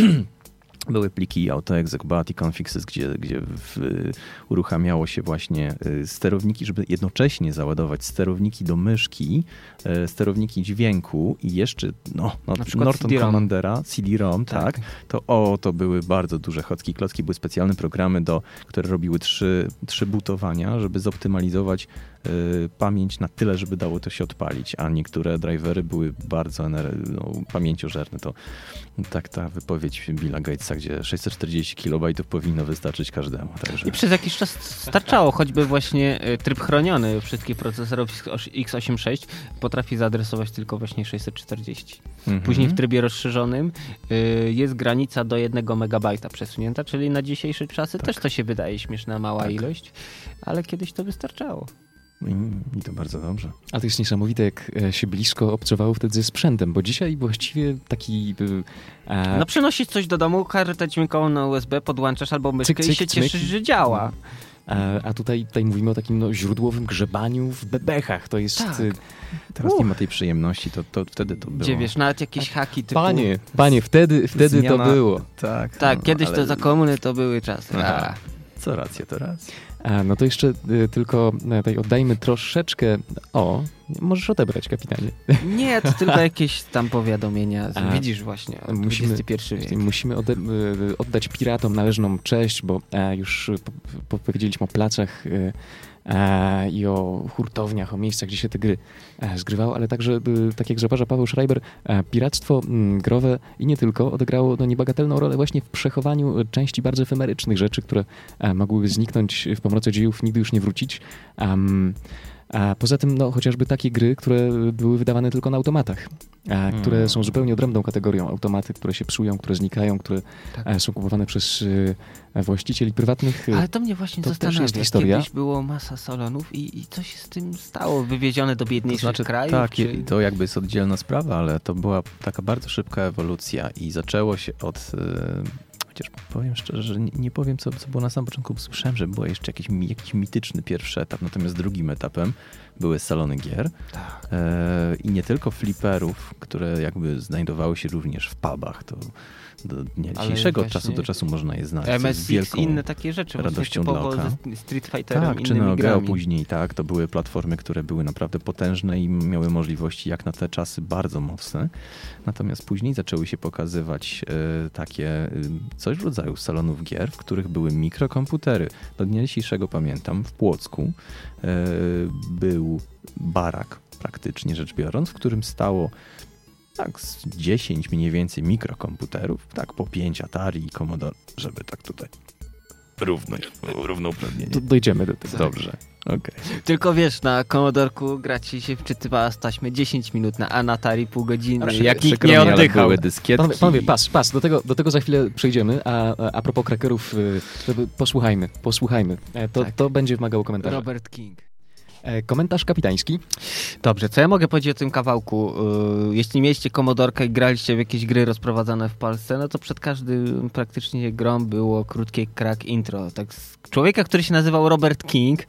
Były pliki AutoExec, BAT i ConfigSys, gdzie uruchamiało się właśnie sterowniki, żeby jednocześnie załadować sterowniki do myszki, sterowniki dźwięku i jeszcze na przykład Norton CD-ROM. Commandera, CD-ROM, tak. To były bardzo duże chocki klocki, były specjalne programy, które robiły trzy bootowania, żeby zoptymalizować pamięć na tyle, żeby dało to się odpalić, a niektóre drivery były bardzo pamięciożerne. To tak ta wypowiedź Billa Gatesa, gdzie 640 KB powinno wystarczyć każdemu. Także. I przez jakiś czas starczało, choćby właśnie tryb chroniony wszystkich procesorów x86 potrafi zaadresować tylko właśnie 640. Później w trybie rozszerzonym jest granica do 1 MB przesunięta, czyli na dzisiejsze czasy też to się wydaje śmieszna mała ilość, ale kiedyś to wystarczało. I to bardzo dobrze. A to jest niesamowite, jak się blisko obcowało wtedy ze sprzętem, bo dzisiaj właściwie taki... No przynosisz coś do domu, kartę dźwiękową na USB, podłączasz albo myszkę i się cieszysz, że działa. A tutaj mówimy o takim źródłowym grzebaniu w bebechach. To jest... Tak. Teraz nie ma tej przyjemności, to wtedy to było. Gdzie wiesz, nawet jakieś haki typu... Panie, wtedy zmiana, to było. Tak, kiedyś to za komuny to były czasy. Co racja, to racja. No to jeszcze tylko tutaj oddajmy troszeczkę... możesz odebrać, kapitanie. Nie, to tylko jakieś tam powiadomienia. Widzisz właśnie, XXI wiek. Musimy oddać piratom należną cześć, bo już powiedzieliśmy o placach i o hurtowniach, o miejscach, gdzie się te gry zgrywały, ale także, tak jak zauważa Paweł Schreiber, piractwo growe i nie tylko odegrało niebagatelną rolę właśnie w przechowaniu części bardzo efemerycznych rzeczy, które mogłyby zniknąć w pomroce dziejów, nigdy już nie wrócić. A poza tym, no, chociażby takie gry, które były wydawane tylko na automatach, które są zupełnie odrębną kategorią. Automaty, które się psują, które znikają, które są kupowane przez właścicieli prywatnych. Ale to mnie właśnie to zastanawia. też jest historia. Kiedyś było masa salonów i co się z tym stało? Wywiezione do biedniejszych krajów? Tak, czy... to jakby jest oddzielna sprawa, ale to była taka bardzo szybka ewolucja i zaczęło się od... Chociaż powiem szczerze, że nie powiem, co było na samym początku. Słyszałem, że był jeszcze jakiś mityczny pierwszy etap, natomiast drugim etapem były salony gier. Tak. I nie tylko fliperów, które jakby znajdowały się również w pubach. To do dnia dzisiejszego od czasu do czasu można je znaleźć. MSX i inne takie rzeczy. Radością dla oka. Ze Street Fighterem, tak, czy Neo Geo grami. później, tak. To były platformy, które były naprawdę potężne i miały możliwości jak na te czasy bardzo mocne. Natomiast później zaczęły się pokazywać takie coś w rodzaju salonów gier, w których były mikrokomputery. Do dnia dzisiejszego pamiętam, w Płocku był barak, praktycznie rzecz biorąc, w którym stało tak z 10 mniej więcej mikrokomputerów, tak po 5 Atari i Commodore, żeby tak tutaj równouprawnienie. Dojdziemy do tego. Dobrze, okej. Tylko wiesz, na Commodorku gra ci się wczytywała z taśmy 10 minut, na Atari pół godziny, jak nikt nie oddychał. Były dyskietki. Panowie, pas, do tego za chwilę przejdziemy, a propos crackerów, posłuchajmy. To będzie wymagało komentarza. Robert King. Komentarz kapitański. Dobrze, co ja mogę powiedzieć o tym kawałku? Jeśli mieliście Commodorka i graliście w jakieś gry rozprowadzane w Polsce, no to przed każdym praktycznie grą było krótkie crack intro. Tak, z człowieka, który się nazywał Robert King,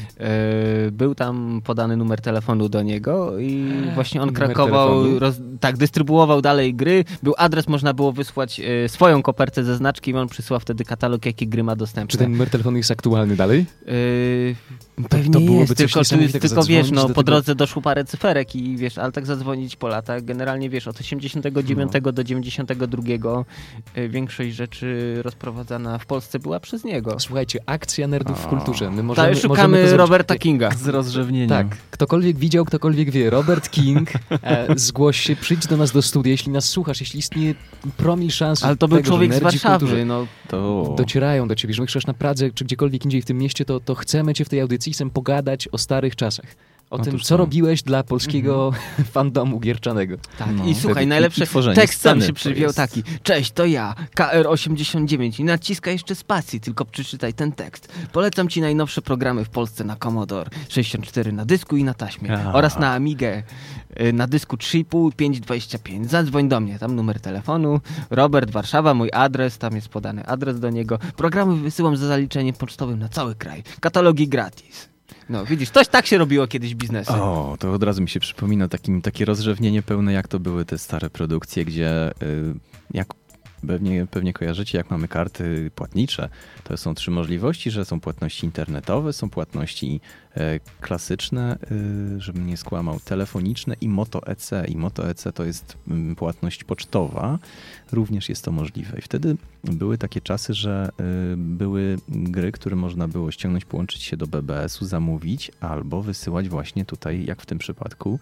był tam podany numer telefonu do niego i właśnie on krakował, dystrybuował dalej gry. Był adres, można było wysłać swoją kopertę ze znaczkiem i on przysłał wtedy katalog, jakie gry ma dostępne. Czy ten numer telefonu jest aktualny dalej? Pewnie to byłoby jest, tylko wiesz, no, po tego... drodze doszło parę cyferek i wiesz, ale tak zadzwonić po latach, generalnie wiesz, od 89 do 92 większość rzeczy rozprowadzana w Polsce była przez niego. Słuchajcie, akcja nerdów w kulturze. My szukamy Roberta Kinga. Z rozrzewnieniem. Tak, ktokolwiek widział, ktokolwiek wie. Robert King, zgłoś się, przyjdź do nas do studia, jeśli nas słuchasz, jeśli istnieje promil szans. Ale to był człowiek z Warszawy. No. To docierają do ciebie, że mieszkasz na Pradze, czy gdziekolwiek indziej w tym mieście, to chcemy cię w tej audycji, chcemy pogadać o starych czasach. O tym, co robiłeś dla polskiego fandomu gierczanego. Tak. I słuchaj, najlepszy tekst sam się przywiał taki. Cześć, to ja, KR89 i naciskaj jeszcze spacji, tylko przeczytaj ten tekst. Polecam ci najnowsze programy w Polsce na Commodore 64 na dysku i na taśmie oraz na Amigę na dysku 3,5 525. Zadzwoń do mnie, tam numer telefonu. Robert, Warszawa, mój adres, tam jest podany adres do niego. Programy wysyłam za zaliczeniem pocztowym na cały kraj. Katalogi gratis. No widzisz, tak się robiło kiedyś biznesy. O, to od razu mi się przypomina takie rozrzewnienie pełne, jak to były te stare produkcje, gdzie jak pewnie kojarzycie, jak mamy karty płatnicze, to są 3 możliwości, że są płatności internetowe, są płatności klasyczne, żebym nie skłamał, telefoniczne i Moto EC. I Moto EC to jest płatność pocztowa. Również jest to możliwe. I wtedy były takie czasy, że były gry, które można było ściągnąć, połączyć się do BBS-u, zamówić albo wysyłać właśnie tutaj, jak w tym przypadku,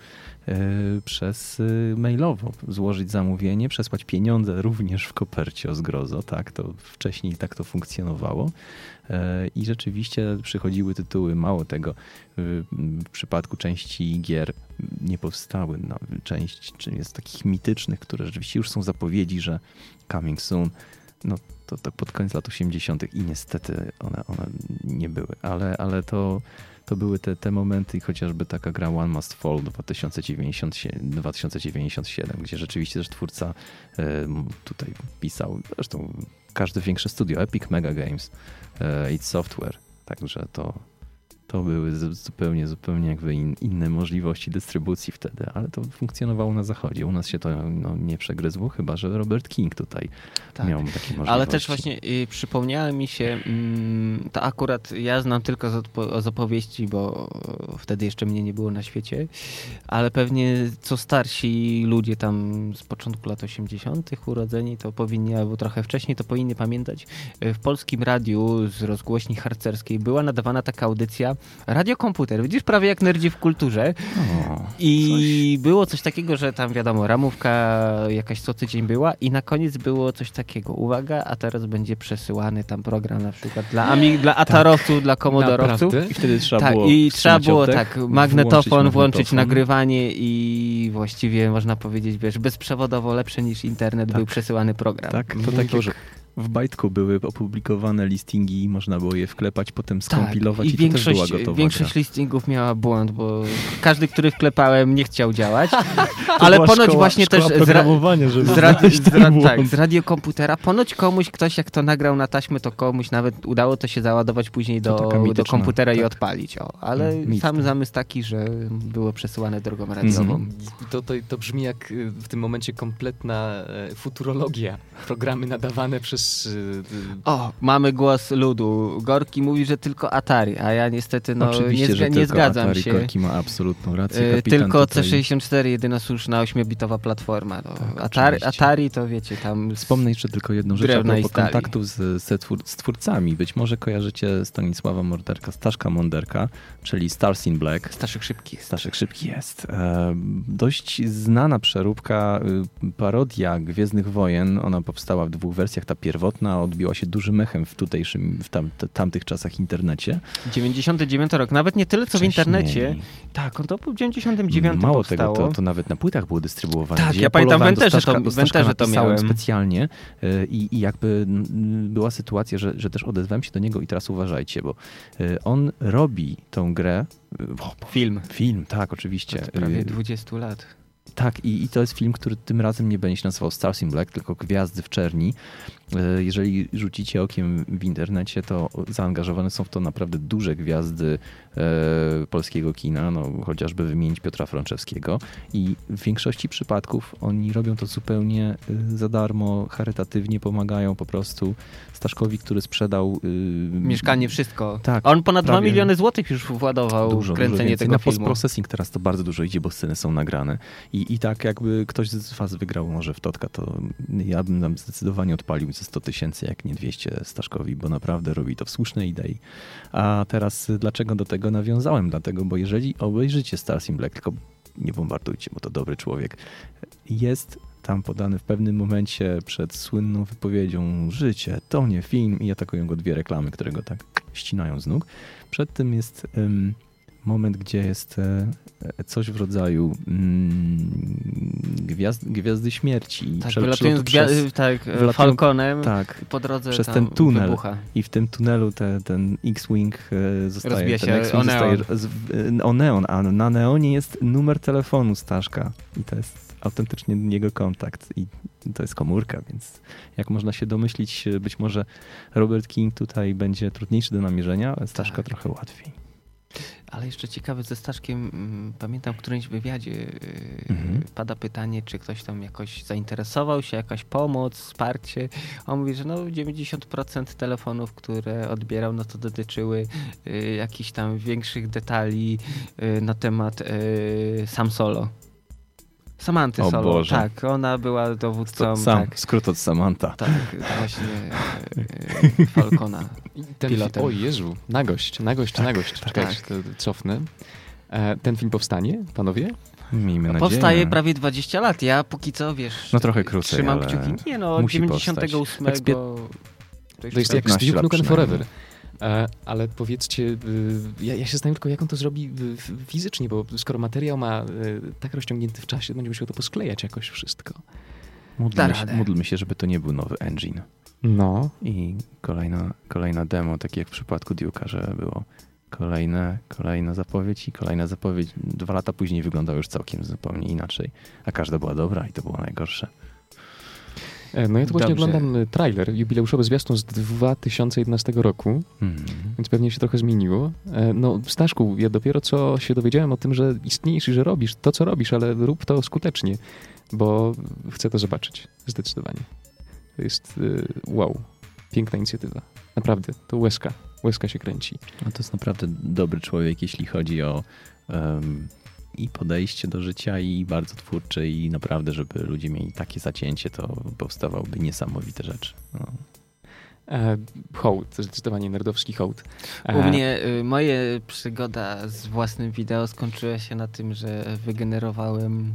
przez mailowo. Złożyć zamówienie, przesłać pieniądze również w kopercie o zgrozo. Tak, to wcześniej tak to funkcjonowało. I rzeczywiście przychodziły tytuły. Mało tego, w przypadku części gier nie powstały. Część jest takich mitycznych, które rzeczywiście już są zapowiedzi, że coming soon. No to pod koniec lat 80. i niestety one nie były. Ale to były te momenty i chociażby taka gra One Must Fall 2097, gdzie rzeczywiście też twórca tutaj pisał, zresztą każde większe studio, Epic Mega Games, id Software, także to były zupełnie jakby inne możliwości dystrybucji wtedy, ale to funkcjonowało na zachodzie. U nas się to nie przegryzło, chyba że Robert King tutaj miał takie możliwości. Ale też właśnie przypomniała mi się, to akurat ja znam tylko z opowieści, bo wtedy jeszcze mnie nie było na świecie, ale pewnie co starsi ludzie tam z początku lat 80. urodzeni, to powinni, albo trochę wcześniej, to powinni pamiętać. W polskim radiu z rozgłośni harcerskiej była nadawana taka audycja radiokomputer. Widzisz, prawie jak nerdzi w kulturze. Było coś takiego, że tam wiadomo, ramówka jakaś co tydzień była i na koniec było coś takiego. Uwaga, a teraz będzie przesyłany tam program na przykład dla Atarowców, dla Commodorowców. I wtedy trzeba było trzeba było magnetofon włączyć magnetofon. nagrywanie i właściwie można powiedzieć, wiesz, bezprzewodowo lepsze niż internet był przesyłany program. Tak, to tak jak w Bajtku były opublikowane listingi, można było je wklepać, potem skompilować i to też była gotowa większość gra. listingów miała błąd, bo każdy, który wklepałem, nie chciał działać, ale ponoć właśnie też z radiokomputera, ponoć ktoś jak to nagrał na taśmę, to komuś nawet udało to się załadować później do komputera i odpalić. Ale sam zamysł taki, że było przesyłane drogą radiową. To brzmi jak w tym momencie kompletna futurologia. Programy nadawane przez... mamy głos ludu. Gorki mówi, że tylko Atari, a ja niestety nie zgadzam Atari, się. Gorki ma absolutną rację. Tylko tutaj... C64, jedyna słuszna 8-bitowa platforma. Tak, Atari to wiecie, tam... Wspomnę jeszcze tylko jedną rzecz a propos kontaktów z twórcami. Być może kojarzycie Stanisława Staszka Monderka, czyli Stars in Black. Staszek Szybki jest. Dość znana przeróbka, parodia Gwiezdnych Wojen. Ona powstała w 2 wersjach. Ta pierwotna odbiła się dużym echem w tutejszym, w tamtych czasach internecie. 99 rok. Nawet nie tyle, co wcześniej. W internecie. Tak, to był w 99 Mało powstało. tego, to nawet na płytach było dystrybuowane. Tak, ja pamiętam w Enterze to miałem. Specjalnie i jakby była sytuacja, że też odezwałem się do niego i teraz uważajcie, bo on robi tą grę. Film, tak, oczywiście. Od prawie 20 lat. Tak, i to jest film, który tym razem nie będzie się nazywał Stars in Black, tylko Gwiazdy w czerni. Jeżeli rzucicie okiem w internecie, to zaangażowane są w to naprawdę duże gwiazdy polskiego kina, chociażby wymienić Piotra Frączewskiego. I w większości przypadków oni robią to zupełnie za darmo, charytatywnie pomagają po prostu Staszkowi, który sprzedał... Mieszkanie, wszystko. Tak, on ponad 2 miliony złotych już władował kręcenie tego na filmu. Post-processing teraz to bardzo dużo idzie, bo sceny są nagrane. I tak jakby ktoś z was wygrał może w Totka, to ja bym tam zdecydowanie odpalił ze 100 000, jak nie 200 Staszkowi, bo naprawdę robi to w słusznej idei. A teraz dlaczego do tego nawiązałem? Dlatego, bo jeżeli obejrzycie Stars in Black, tylko nie bombardujcie, bo to dobry człowiek, jest tam podany w pewnym momencie przed słynną wypowiedzią życie, to nie film i atakują go 2 reklamy, które go tak ścinają z nóg. Przed tym jest moment, gdzie jest coś w rodzaju Gwiazdy Śmierci. Tak, wylatując Falconem po drodze przez ten tunel. Wybucha. I w tym tunelu ten X-Wing zostaje o neon, a na neonie jest numer telefonu Staszka. I to jest autentycznie jego kontakt. I to jest komórka, więc jak można się domyślić, być może Robert King tutaj będzie trudniejszy do namierzenia, ale Staszka trochę łatwiej. Ale jeszcze ciekawe ze Staszkiem, pamiętam w którymś wywiadzie pada pytanie, czy ktoś tam jakoś zainteresował się, jakaś pomoc, wsparcie. On mówi, że 90% telefonów, które odbierał, to dotyczyły jakichś tam większych detali na temat Sam Solo. Samanty Solo, Boże. Tak, ona była dowódcą. Skrót od Samanta. Tak, właśnie Falcona. O Jezu, nagość. Czekajcie, to cofnę. Ten film powstanie, panowie? Miejmy nadzieję. Powstaje prawie 20 lat. Ja póki co, wiesz... trochę krócej, trzymam ale kciuki. Nie od 98. To jest jak z Duke Nukem Forever. Ale powiedzcie, ja się zastanawiam tylko, jak on to zrobi fizycznie, bo skoro materiał ma tak rozciągnięty w czasie, to będzie musiał to posklejać jakoś wszystko. Módlmy się, żeby to nie był nowy engine. No. I kolejna demo, tak jak w przypadku Duke'a, że było kolejna zapowiedź i kolejna zapowiedź. 2 lata później wyglądał już całkiem zupełnie inaczej, a każda była dobra i to było najgorsze. No ja tu właśnie oglądam trailer, jubileuszowy zwiastun z 2011 roku, więc pewnie się trochę zmieniło. Staszku, ja dopiero co się dowiedziałem o tym, że istniejesz i że robisz to, co robisz, ale rób to skutecznie, bo chcę to zobaczyć, zdecydowanie. To jest wow, piękna inicjatywa. Naprawdę, to łezka się kręci. No to jest naprawdę dobry człowiek, jeśli chodzi o i podejście do życia, i bardzo twórcze, i naprawdę, żeby ludzie mieli takie zacięcie, to powstawałyby niesamowite rzeczy. hołd, zdecydowanie nerdowski hołd. U mnie moje przygoda z własnym wideo skończyła się na tym, że wygenerowałem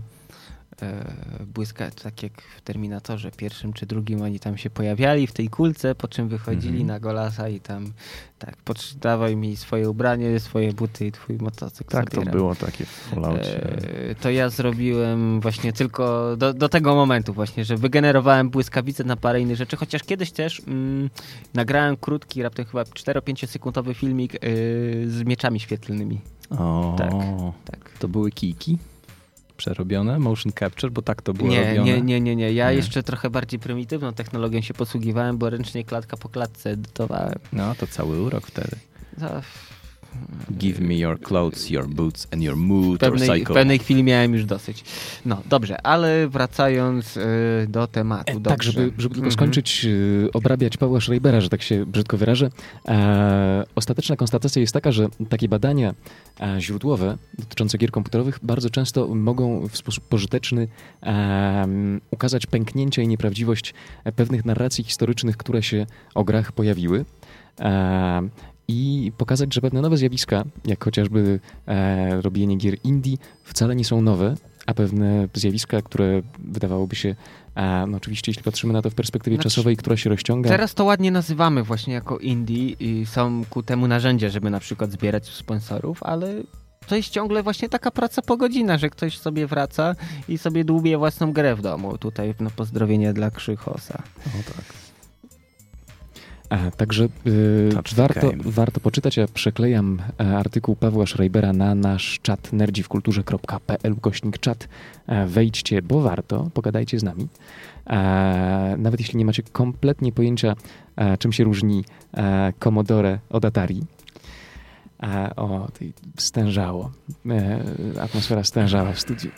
tak jak w Terminatorze pierwszym czy drugim, oni tam się pojawiali w tej kulce, po czym wychodzili na golasa i tam tak, dawaj mi swoje ubranie, swoje buty i twój motocykl. Tak, zabieram. to było takie w Falloutie. To ja zrobiłem właśnie tylko do tego momentu właśnie, że wygenerowałem błyskawice na parę innych rzeczy, chociaż kiedyś też nagrałem krótki, raptem chyba 4-5 sekundowy filmik z mieczami świetlnymi. O, Tak. To były kijki? Przerobione? Motion capture? Bo tak to było robione? Nie. Ja jeszcze trochę bardziej prymitywną technologią się posługiwałem, bo ręcznie klatka po klatce edytowałem. No, to cały urok wtedy. To Give me your clothes, your boots and your motorcycle. w pewnej chwili miałem już dosyć. No, dobrze, ale wracając do tematu. Tak, żeby tylko skończyć obrabiać Pawła Schreibera, że tak się brzydko wyrażę. Ostateczna konstatacja jest taka, że takie badania źródłowe dotyczące gier komputerowych bardzo często mogą w sposób pożyteczny ukazać pęknięcia i nieprawdziwość pewnych narracji historycznych, które się o grach pojawiły. I pokazać, że pewne nowe zjawiska, jak chociażby robienie gier indie, wcale nie są nowe, a pewne zjawiska, które wydawałoby się, no oczywiście jeśli patrzymy na to w perspektywie czasowej, która się rozciąga. Teraz to ładnie nazywamy właśnie jako indie i są ku temu narzędzia, żeby na przykład zbierać sponsorów, ale to jest ciągle właśnie taka praca po godzinach, że ktoś sobie wraca i sobie dłubie własną grę w domu. Tutaj no, pozdrowienie dla Krzychosa. O tak. Także warto poczytać. Ja przeklejam artykuł Pawła Schreibera na nasz czat nerdziwkulturze.pl/czat. Wejdźcie, bo warto, pogadajcie z nami. Nawet jeśli nie macie kompletnie pojęcia, czym się różni Commodore od Atari. Stężało. Atmosfera stężała w studiu.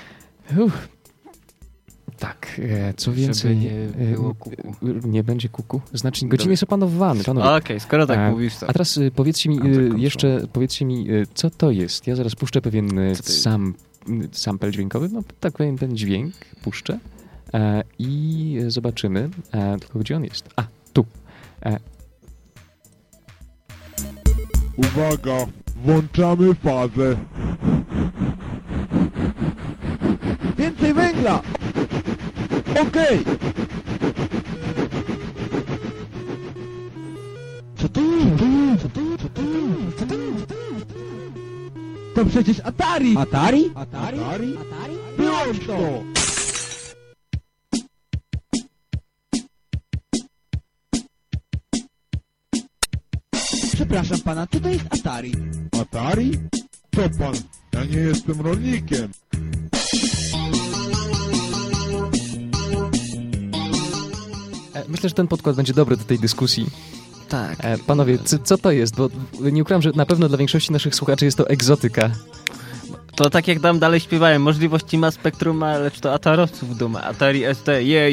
Tak, co więcej, nie było kuku. Nie będzie kuku. Znaczy, godziny jest opanowany. Okej, skoro tak mówisz, to... A teraz powiedzcie mi, co to jest. Ja zaraz puszczę pewien sample dźwiękowy, no tak powiem, ten dźwięk puszczę i zobaczymy, tylko gdzie on jest. Tu. Uwaga, włączamy fazę. Więcej węgla! Okej! Co to jest? To przecież Atari! Atari? Wyłącz to! Przepraszam pana, co to jest Atari? Atari? Co pan? Ja nie jestem rolnikiem. Myślę, że ten podkład będzie dobry do tej dyskusji. Tak. Panowie, co to jest? Bo nie ukrywam, że na pewno dla większości naszych słuchaczy jest to egzotyka. To tak jak tam dalej śpiewałem, możliwości ma Spektrum, lecz to Atarowców duma. Atari ST,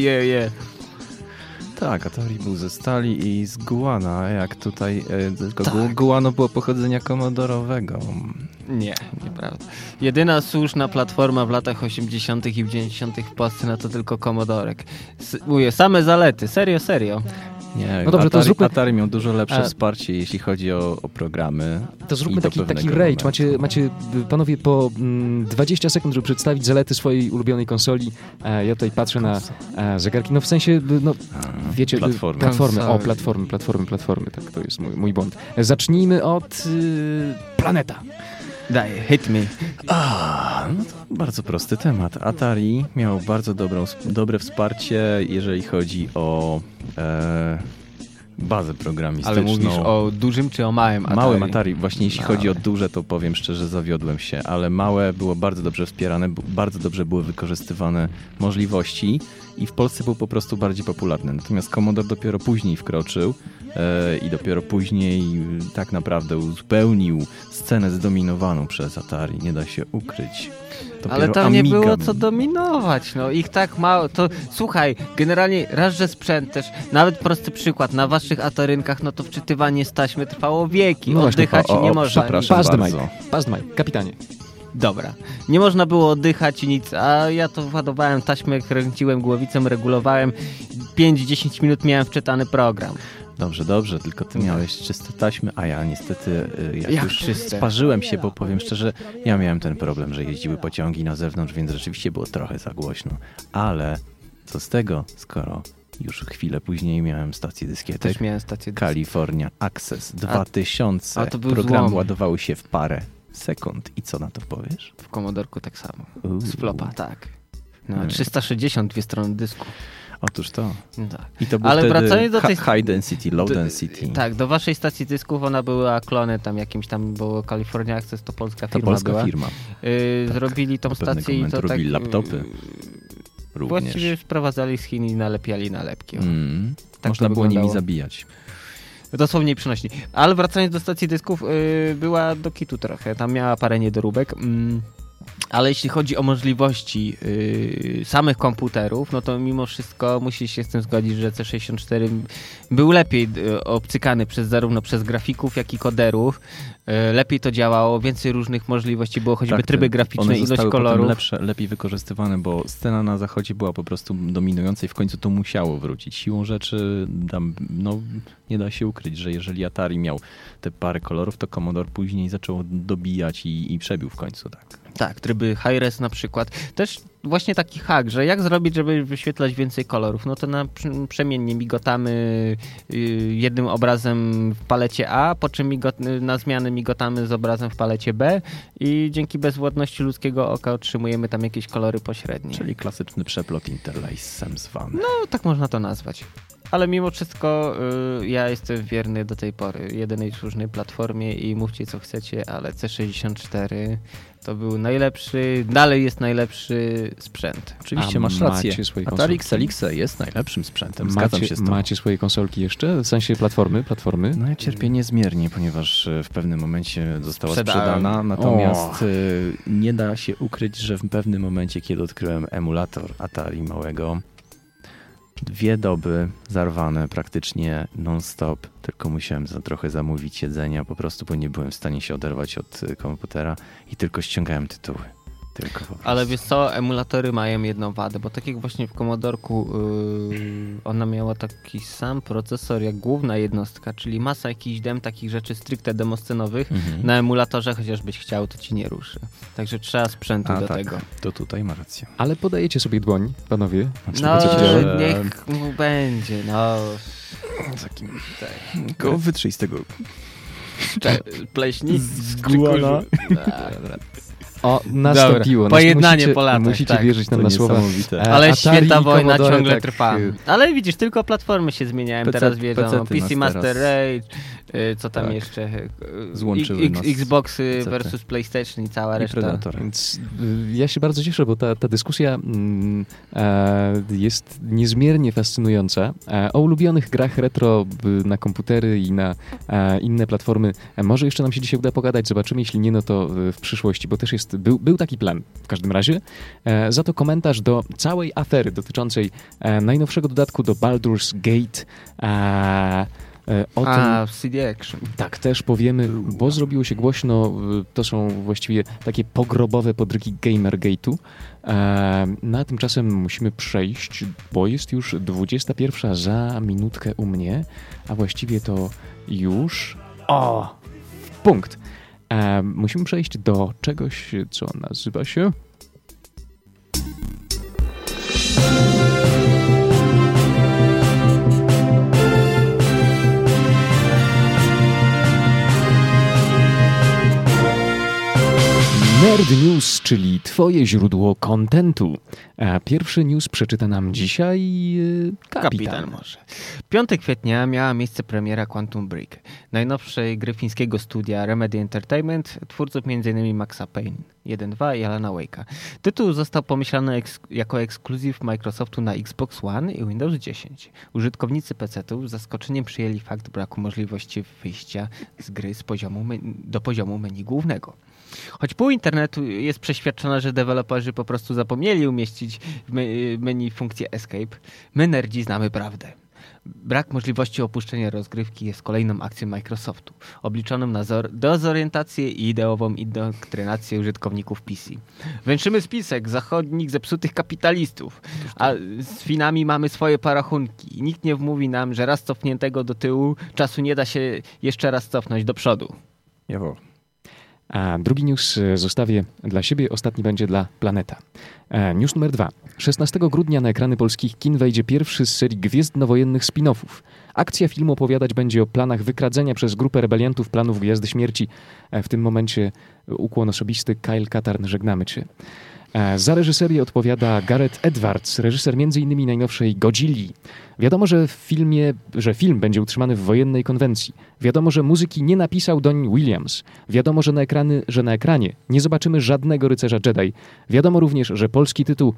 Tak, Atari był ze stali i z guana, jak tutaj, tylko guano było pochodzenia komodorowego. Nie, nieprawda. Jedyna słuszna platforma w latach 80. i w 90. w Polsce, no to tylko Komodorek. Mówię, same zalety, serio. Nie, no dobrze, Atari miał dużo lepsze wsparcie, jeśli chodzi o programy. To zróbmy taki rage. Macie panowie po 20 sekund, żeby przedstawić zalety swojej ulubionej konsoli. Ja tutaj patrzę na zegarki. No w sensie, wiecie, platformy. Tak, to jest mój błąd. Zacznijmy od Planeta. Daję, hit me. No to bardzo prosty temat. Atari miał bardzo dobre wsparcie, jeżeli chodzi o bazę programistyczną. Ale mówisz o dużym czy o małym Atari? Małym Atari. Właśnie jeśli chodzi o duże, to powiem szczerze, zawiodłem się, ale małe było bardzo dobrze wspierane, bardzo dobrze były wykorzystywane możliwości i w Polsce był po prostu bardziej popularny. Natomiast Commodore dopiero później wkroczył i dopiero później tak naprawdę uzupełnił scenę zdominowaną przez Atari. Nie da się ukryć. Dopiero ale tam nie było co dominować, no ich tak mało, to słuchaj, generalnie raz, że sprzęt też, nawet prosty przykład, na waszych Atarynkach, no to wczytywanie z taśmy trwało wieki, oddychać nie można. Pazdmaj, kapitanie. Dobra, nie można było oddychać i nic, a ja to władowałem taśmę, kręciłem głowicą, regulowałem, 5-10 minut miałem wczytany program. Dobrze, tylko ty miałeś czyste taśmy, a ja niestety, jak już czyste? sparzyłem się, bo powiem szczerze, ja miałem ten problem, że jeździły pociągi na zewnątrz, więc rzeczywiście było trochę za głośno. Ale co z tego, skoro już chwilę później miałem stację dyskietek. Też miałem stację California Access 2000. a to był Programy złom. ładowały się w parę sekund. I co na to powiesz? W Commodorku tak samo. Uuu. Z flopa, tak. No, 360, 2 strony dysku. Otóż to. No tak. I to był Ale wtedy wracając do tej- high density, low density. Tak, do waszej stacji dysków ona była klony tam jakimś tam, bo California Access to polska To firma polska była. firma. Zrobili tą Do pewnego stację i momentu to tak... robili laptopy również. Właściwie sprowadzali z Chin i nalepiali nalepki. Tak Można to było nimi wyglądało. zabijać. Dosłownie i przynośni. Ale wracając do stacji dysków, była do kitu trochę. Tam miała parę niedoróbek. Ale jeśli chodzi o możliwości samych komputerów, no to mimo wszystko musisz się z tym zgodzić, że C64 był lepiej obcykany zarówno przez grafików, jak i koderów. Lepiej to działało, więcej różnych możliwości było, choćby tryby graficzne, one ilość zostały kolorów. potem lepiej wykorzystywane, bo scena na zachodzie była po prostu dominująca i w końcu to musiało wrócić. Siłą rzeczy nie da się ukryć, że jeżeli Atari miał te parę kolorów, to Commodore później zaczął dobijać i przebił w końcu, tak. Tak, tryby high-res na przykład. Też właśnie taki hack, że jak zrobić, żeby wyświetlać więcej kolorów? No to przemiennie migotamy jednym obrazem w palecie A, po czym na zmianę migotamy z obrazem w palecie B i dzięki bezwładności ludzkiego oka otrzymujemy tam jakieś kolory pośrednie. Czyli klasyczny przeplot interlacem zwany. No, tak można to nazwać. Ale mimo wszystko ja jestem wierny do tej pory jedynej słusznej platformie i mówcie co chcecie, ale C64 to był najlepszy, dalej jest najlepszy sprzęt. Oczywiście A masz rację. macie swoje Atari konsolki? XLX jest najlepszym sprzętem. Zgadzam się z tobą. Macie swoje konsolki jeszcze? W sensie platformy? No ja cierpię niezmiernie, ponieważ w pewnym momencie została Sprzedałem. sprzedana, natomiast nie da się ukryć, że w pewnym momencie, kiedy odkryłem emulator Atari małego, 2 doby zarwane praktycznie non-stop, tylko musiałem trochę zamówić jedzenia po prostu, bo nie byłem w stanie się oderwać od komputera i tylko ściągałem tytuły. Tylko po prostu. Ale wiesz co, emulatory mają jedną wadę, bo tak jak właśnie w Commodorku ona miała taki sam procesor jak główna jednostka, czyli masa jakichś takich rzeczy stricte demoscenowych. Na emulatorze chociażbyś chciał, to ci nie ruszy. Także trzeba sprzętu do tego. To tutaj ma rację. Ale podajecie sobie dłoń, panowie. No, Co ci działa? niech mu będzie, no. Takim. Go wytrzyj z tego. Pleśni Z guana. O, nastąpiło. Dobra, pojednanie po latach, Musicie tak. wierzyć nam To na słowa. niesamowite. Ale Atari święta i wojna Commodore ciągle tak, trwa. Ale widzisz, tylko platformy się zmieniają. Teraz wiedzą. PC-ty PC nas Master teraz- Race, co tam Tak. jeszcze? Złączyły nas Xboxy PC-ty. versus PlayStation i cała I reszta. Predator. Więc ja się bardzo cieszę, bo ta dyskusja jest niezmiernie fascynująca. O ulubionych grach retro na komputery i na inne platformy może jeszcze nam się dzisiaj uda pogadać. Zobaczymy, jeśli nie, no to w przyszłości, bo też był taki plan w każdym razie. Za to komentarz do całej afery dotyczącej najnowszego dodatku do Baldur's Gate. O tym CD Action. tak też powiemy, bo zrobiło się głośno. To są właściwie takie pogrobowe podrygi Gamergate'u. No a tymczasem musimy przejść, bo jest już 21 za minutkę u mnie, a właściwie to już punkt. Musimy przejść do czegoś, co nazywa się... Nerd News, czyli twoje źródło kontentu. Pierwszy news przeczyta nam dzisiaj Kapitan. może. 5 kwietnia miała miejsce premiera Quantum Break, najnowszej gry fińskiego studia Remedy Entertainment, twórców m.in. Maxa Payne 1.2 i Alana Wake'a. Tytuł został pomyślany jako ekskluzyw Microsoftu na Xbox One i Windows 10. Użytkownicy PC-ów z zaskoczeniem przyjęli fakt braku możliwości wyjścia z gry do poziomu menu głównego. Choć pół internetu jest przeświadczona, że deweloperzy po prostu zapomnieli umieścić w menu funkcję Escape, my nerdzi znamy prawdę. Brak możliwości opuszczenia rozgrywki jest kolejną akcją Microsoftu, obliczoną na dezorientację i ideową indoktrynację użytkowników PC. Węszymy spisek zachodnich zepsutych kapitalistów, a z Finami mamy swoje parachunki. Nikt nie wmówi nam, że raz cofniętego do tyłu czasu nie da się jeszcze raz cofnąć do przodu. Jawohl. A drugi news zostawię dla siebie, ostatni będzie dla Planeta. News numer 2. 16 grudnia na ekrany polskich kin wejdzie pierwszy z serii gwiezdnowojennych spin-offów. Akcja filmu opowiadać będzie o planach wykradzenia przez grupę rebeliantów planów Gwiazdy Śmierci. W tym momencie ukłon osobisty, Kyle Katarn, żegnamy Cię. Za reżyserię odpowiada Gareth Edwards, reżyser m.in. najnowszej Godzilli. Wiadomo, że film będzie utrzymany w wojennej konwencji. Wiadomo, że muzyki nie napisał Don Williams. Wiadomo, że na ekranie nie zobaczymy żadnego rycerza Jedi. Wiadomo również, że polski tytuł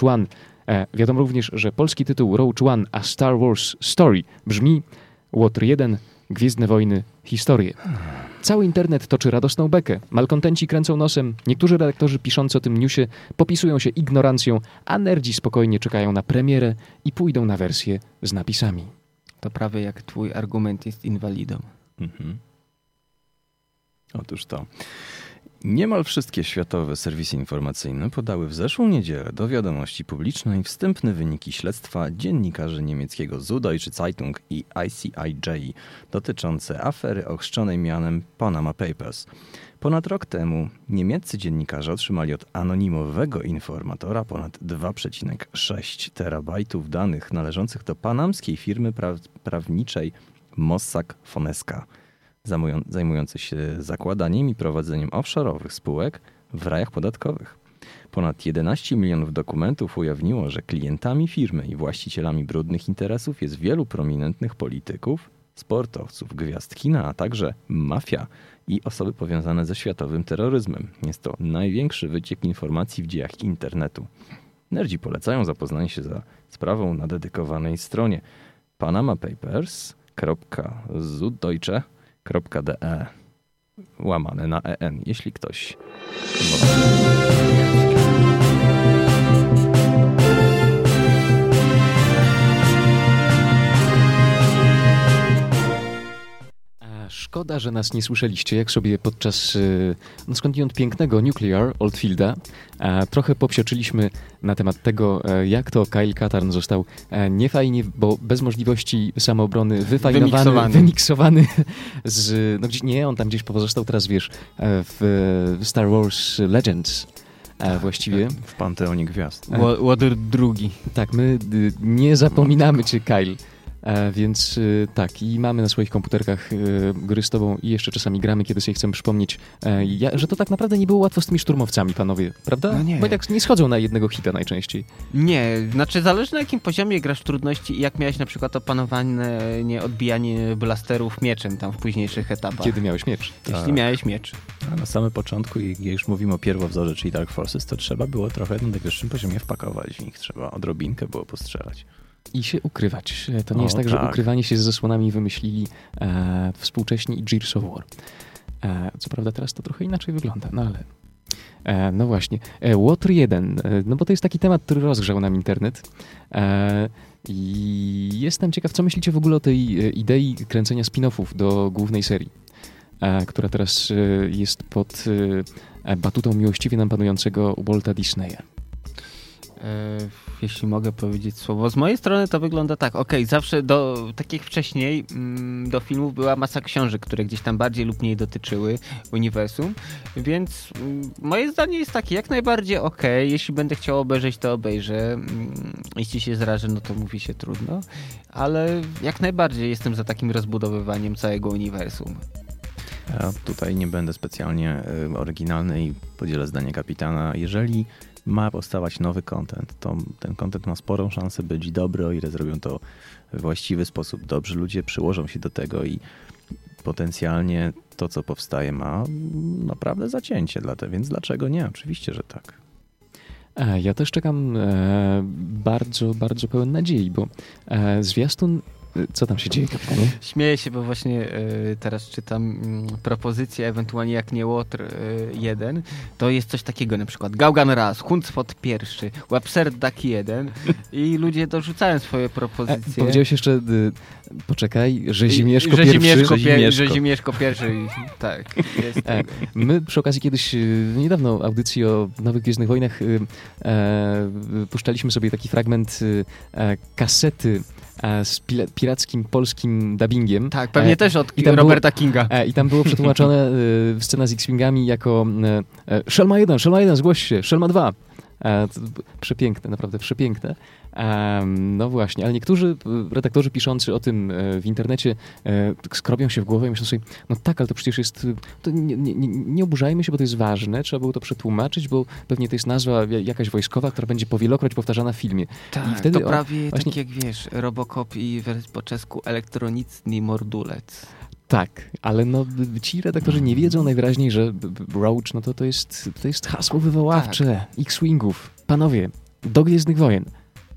Rogue One A Star Wars Story brzmi Łotr 1 Gwiezdne Wojny Historie. Cały internet toczy radosną bekę. Malkontenci kręcą nosem, niektórzy redaktorzy piszący o tym newsie popisują się ignorancją, a nerdzi spokojnie czekają na premierę i pójdą na wersję z napisami. To prawie jak twój argument jest inwalidą. Otóż to. Niemal wszystkie światowe serwisy informacyjne podały w zeszłą niedzielę do wiadomości publicznej wstępne wyniki śledztwa dziennikarzy niemieckiego Süddeutsche Zeitung i ICIJ dotyczące afery ochrzczonej mianem Panama Papers. Ponad rok temu niemieccy dziennikarze otrzymali od anonimowego informatora ponad 2,6 terabajtów danych należących do panamskiej firmy prawniczej Mossack Fonesca, zajmujący się zakładaniem i prowadzeniem offshore'owych spółek w rajach podatkowych. Ponad 11 milionów dokumentów ujawniło, że klientami firmy i właścicielami brudnych interesów jest wielu prominentnych polityków, sportowców, gwiazd kina, a także mafia i osoby powiązane ze światowym terroryzmem. Jest to największy wyciek informacji w dziejach internetu. Nerdzi polecają zapoznanie się za sprawą na dedykowanej stronie panamapapers.süddeutsche.de łamane na EN, jeśli ktoś Szkoda, że nas nie słyszeliście, jak sobie podczas skądinąd pięknego Nuclear Oldfielda trochę popsioczyliśmy na temat tego, jak to Kyle Katarn został niefajnie, bo bez możliwości samoobrony wymiksowany z... No, on tam gdzieś pozostał teraz, wiesz, w Star Wars Legends. Właściwie. W Panteonie Gwiazd. Łotr drugi. Tak, my nie zapominamy Cię, Kyle. Więc tak, i mamy na swoich komputerkach gry z tobą i jeszcze czasami gramy, kiedy sobie chcemy przypomnieć, że to tak naprawdę nie było łatwo z tymi szturmowcami, panowie, prawda? No nie. Bo tak nie schodzą na jednego hita najczęściej. Nie, znaczy zależy na jakim poziomie grasz w trudności i jak miałeś na przykład opanowanie odbijanie blasterów mieczem tam w późniejszych etapach. Kiedy miałeś miecz. Jeśli miałeś miecz. A na samym początku, jak już mówimy o pierwowzorze, czyli Dark Forces, to trzeba było trochę na najwyższym poziomie wpakować w nich. Trzeba odrobinkę było postrzelać. I się ukrywać. To nie jest tak, że ukrywanie się z zasłonami wymyślili współcześni i Gears of War. Co prawda teraz to trochę inaczej wygląda, no ale... No właśnie. Łotr 1, no bo to jest taki temat, który rozgrzał nam internet. I jestem ciekaw, co myślicie w ogóle o tej idei kręcenia spin-offów do głównej serii, która teraz jest pod batutą miłościwie nam panującego Walta Disneya. Jeśli mogę powiedzieć słowo. Z mojej strony to wygląda tak. Zawsze tak jak wcześniej do filmów była masa książek, które gdzieś tam bardziej lub mniej dotyczyły uniwersum, więc moje zdanie jest takie, jak najbardziej jeśli będę chciał obejrzeć, to obejrzę. Jeśli się zrażę, no to mówi się trudno, ale jak najbardziej jestem za takim rozbudowywaniem całego uniwersum. Ja tutaj nie będę specjalnie oryginalny i podzielę zdanie kapitana. Jeżeli ma powstawać nowy content, to ten content ma sporą szansę być dobry, o ile zrobią to w właściwy sposób. Dobrzy ludzie przyłożą się do tego i potencjalnie to, co powstaje, ma naprawdę zacięcie więc dlaczego nie? Oczywiście, że tak. Ja też czekam bardzo, bardzo pełen nadziei, bo zwiastun Co tam się dzieje, kapitanie? Śmieję się, bo właśnie teraz czytam propozycję, ewentualnie jak nie Łotr 1, to jest coś takiego, na przykład Gaugan raz, Huncfot pierwszy, Łapserdak 1 i ludzie dorzucają swoje propozycje. Powiedziałeś jeszcze, poczekaj, Rzezimieszko Rzezimieszko pierwszy, tak. Jest My przy okazji kiedyś, niedawno audycji o Nowych Gwiezdnych Wojnach puszczaliśmy sobie taki fragment kasety z pirackim polskim dubbingiem. Tak, pewnie też od Roberta Kinga. I tam było przetłumaczone scena z X-Wingami jako Szelma 1, zgłoś się, Szelma 2. Przepiękne, naprawdę przepiękne. No właśnie, ale niektórzy redaktorzy piszący o tym w internecie skrobią się w głowę i myślą sobie, no tak, ale to przecież jest, to nie oburzajmy się, bo to jest ważne, trzeba było to przetłumaczyć, bo pewnie to jest nazwa jakaś wojskowa, która będzie powielokroć powtarzana w filmie. Tak, i wtedy to prawie właśnie... tak jak wiesz, Robocop i po czesku elektroniczny mordulec. Tak, ale no ci redaktorzy nie wiedzą najwyraźniej, że Roach, no to jest hasło wywoławcze tak. X-Wingów. Panowie, do Gwiezdnych Wojen.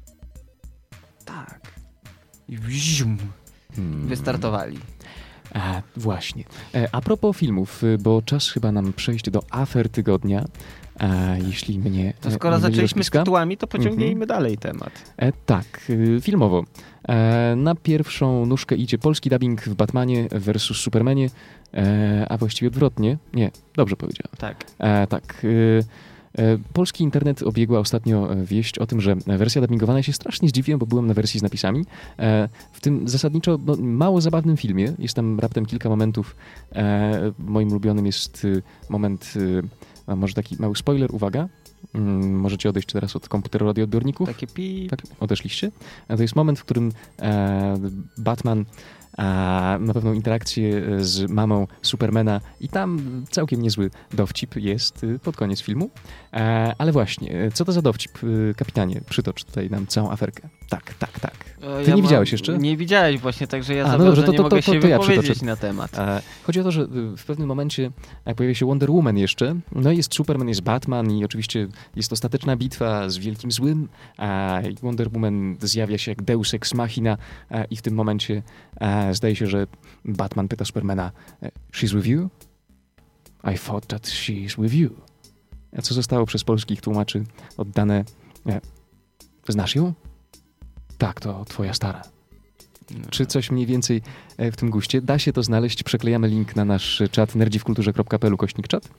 Tak. I wystartowali. Właśnie. A propos filmów, bo czas chyba nam przejść do afer tygodnia. Jeśli mnie to skoro zaczęliśmy z tytułami, to pociągnijmy dalej temat. Tak, filmowo. Na pierwszą nóżkę idzie polski dubbing w Batmanie versus Supermanie, a właściwie odwrotnie. Nie, dobrze powiedziałem. Tak. Tak. Polski internet obiegła ostatnio wieść o tym, że wersja dubbingowana, się strasznie zdziwiłem, bo byłem na wersji z napisami. W tym zasadniczo mało zabawnym filmie, jest tam raptem kilka momentów. Moim ulubionym jest moment, może taki mały spoiler, uwaga. Możecie odejść teraz od komputera radioodbiorników. Takie pip. Tak, odeszliście. To jest moment, w którym Batman ma pewną interakcję z mamą Supermana i tam całkiem niezły dowcip jest pod koniec filmu. Ale właśnie, co to za dowcip, kapitanie? Przytocz tutaj nam całą aferkę. Tak. Ty nie widziałeś jeszcze? Nie widziałeś właśnie, także ja za dobrze nie mogę się wypowiedzieć na temat. Chodzi o to, że w pewnym momencie pojawia się Wonder Woman jeszcze, no jest Superman, jest Batman i oczywiście jest ostateczna bitwa z wielkim złym. Wonder Woman zjawia się jak Deus Ex Machina i w tym momencie zdaje się, że Batman pyta Supermana, she's with you? I thought that she's with you. A co zostało przez polskich tłumaczy oddane? Znasz ją? Tak, to twoja stara. Czy coś mniej więcej w tym guście? Da się to znaleźć. Przeklejamy link na nasz czat nerdziwkulturze.pl/czat.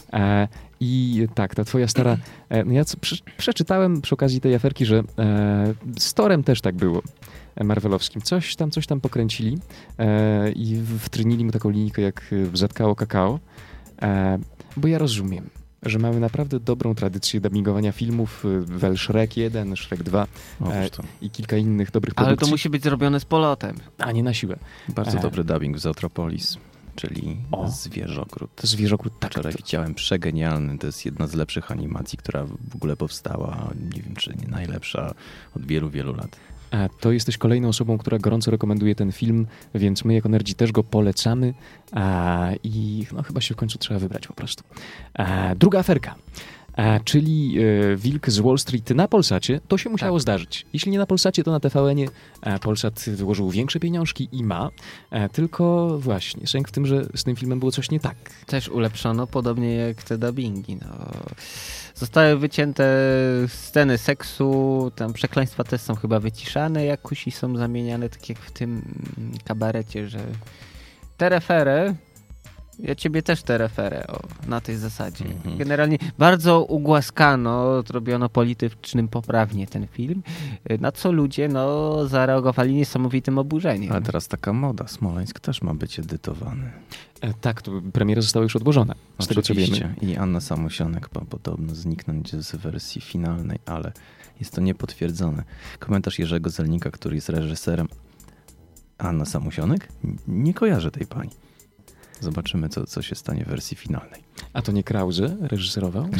I tak, ta twoja stara... Ja przeczytałem przy okazji tej aferki, że z Torem też tak było. Marvelowskim. Coś tam pokręcili i wtrynili mu taką linijkę jak zatkało kakao. Bo ja rozumiem, że mamy naprawdę dobrą tradycję dubbingowania filmów. Shrek 1, Shrek 2 i kilka innych dobrych produkcji. Ale to musi być zrobione z polotem. A nie na siłę. Bardzo dobry dubbing w Zootropolis, czyli Zwierzogród. Zwierzogród, tak. Wczoraj widziałem, przegenialny. To jest jedna z lepszych animacji, która w ogóle powstała. Nie wiem, czy nie najlepsza od wielu, wielu lat. To jesteś kolejną osobą, która gorąco rekomenduje ten film, więc my jako nerdzi też go polecamy i no, chyba się w końcu trzeba wybrać po prostu. Druga aferka, czyli Wilk z Wall Street na Polsacie, to się musiało zdarzyć. Jeśli nie na Polsacie, to na TVN-ie. Polsat wyłożył większe pieniążki i ma, tylko właśnie sęk w tym, że z tym filmem było coś nie tak. Też ulepszono, podobnie jak te dubbingi. No. Zostały wycięte sceny seksu, tam przekleństwa też są chyba wyciszane jakoś i są zamieniane, tak jak w tym kabarecie, że te referę, ja ciebie też te referę, na tej zasadzie. Generalnie bardzo ugłaskano, robiono politycznym poprawnie ten film, na co ludzie zareagowali niesamowitym oburzeniem. Ale teraz taka moda, Smoleńsk też ma być edytowany. Tak, to premiera została już odłożona, z tego co wiemy. I Anna Samusionek ma podobno zniknąć z wersji finalnej, ale jest to niepotwierdzone. Komentarz Jerzego Zelnika, który jest reżyserem. Anna Samusionek? Nie kojarzę tej pani. Zobaczymy, co się stanie w wersji finalnej. A to nie Krause reżyserował?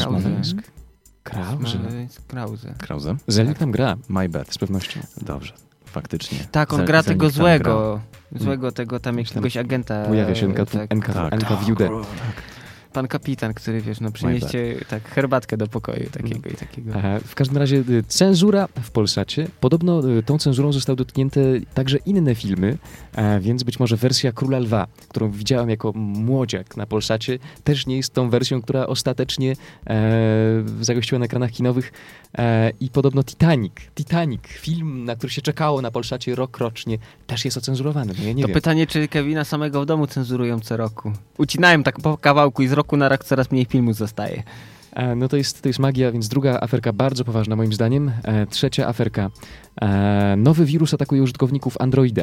Krause? Zelnik tam gra. My bad. Z pewnością. Dobrze. Faktycznie. Tak, on gra tego złego. Złego tego tam jakiegoś agenta. Pojawia się NKWD. Pan kapitan, który wiesz, no przynieście tak herbatkę do pokoju takiego i takiego. W każdym razie cenzura w Polsacie. Podobno tą cenzurą zostały dotknięte także inne filmy, więc być może wersja Króla Lwa, którą widziałem jako młodziak na Polsacie, też nie jest tą wersją, która ostatecznie zagościła na ekranach kinowych. I podobno Titanic, film, na który się czekało na Polsacie rok rocznie, też jest ocenzurowany. No ja nie wiem. Pytanie, czy Kevina samego w domu cenzurują co roku. Ucinałem tak po kawałku i z roku na rok coraz mniej filmu zostaje. No to jest magia, więc druga aferka bardzo poważna moim zdaniem. Trzecia aferka. Nowy wirus atakuje użytkowników Androida.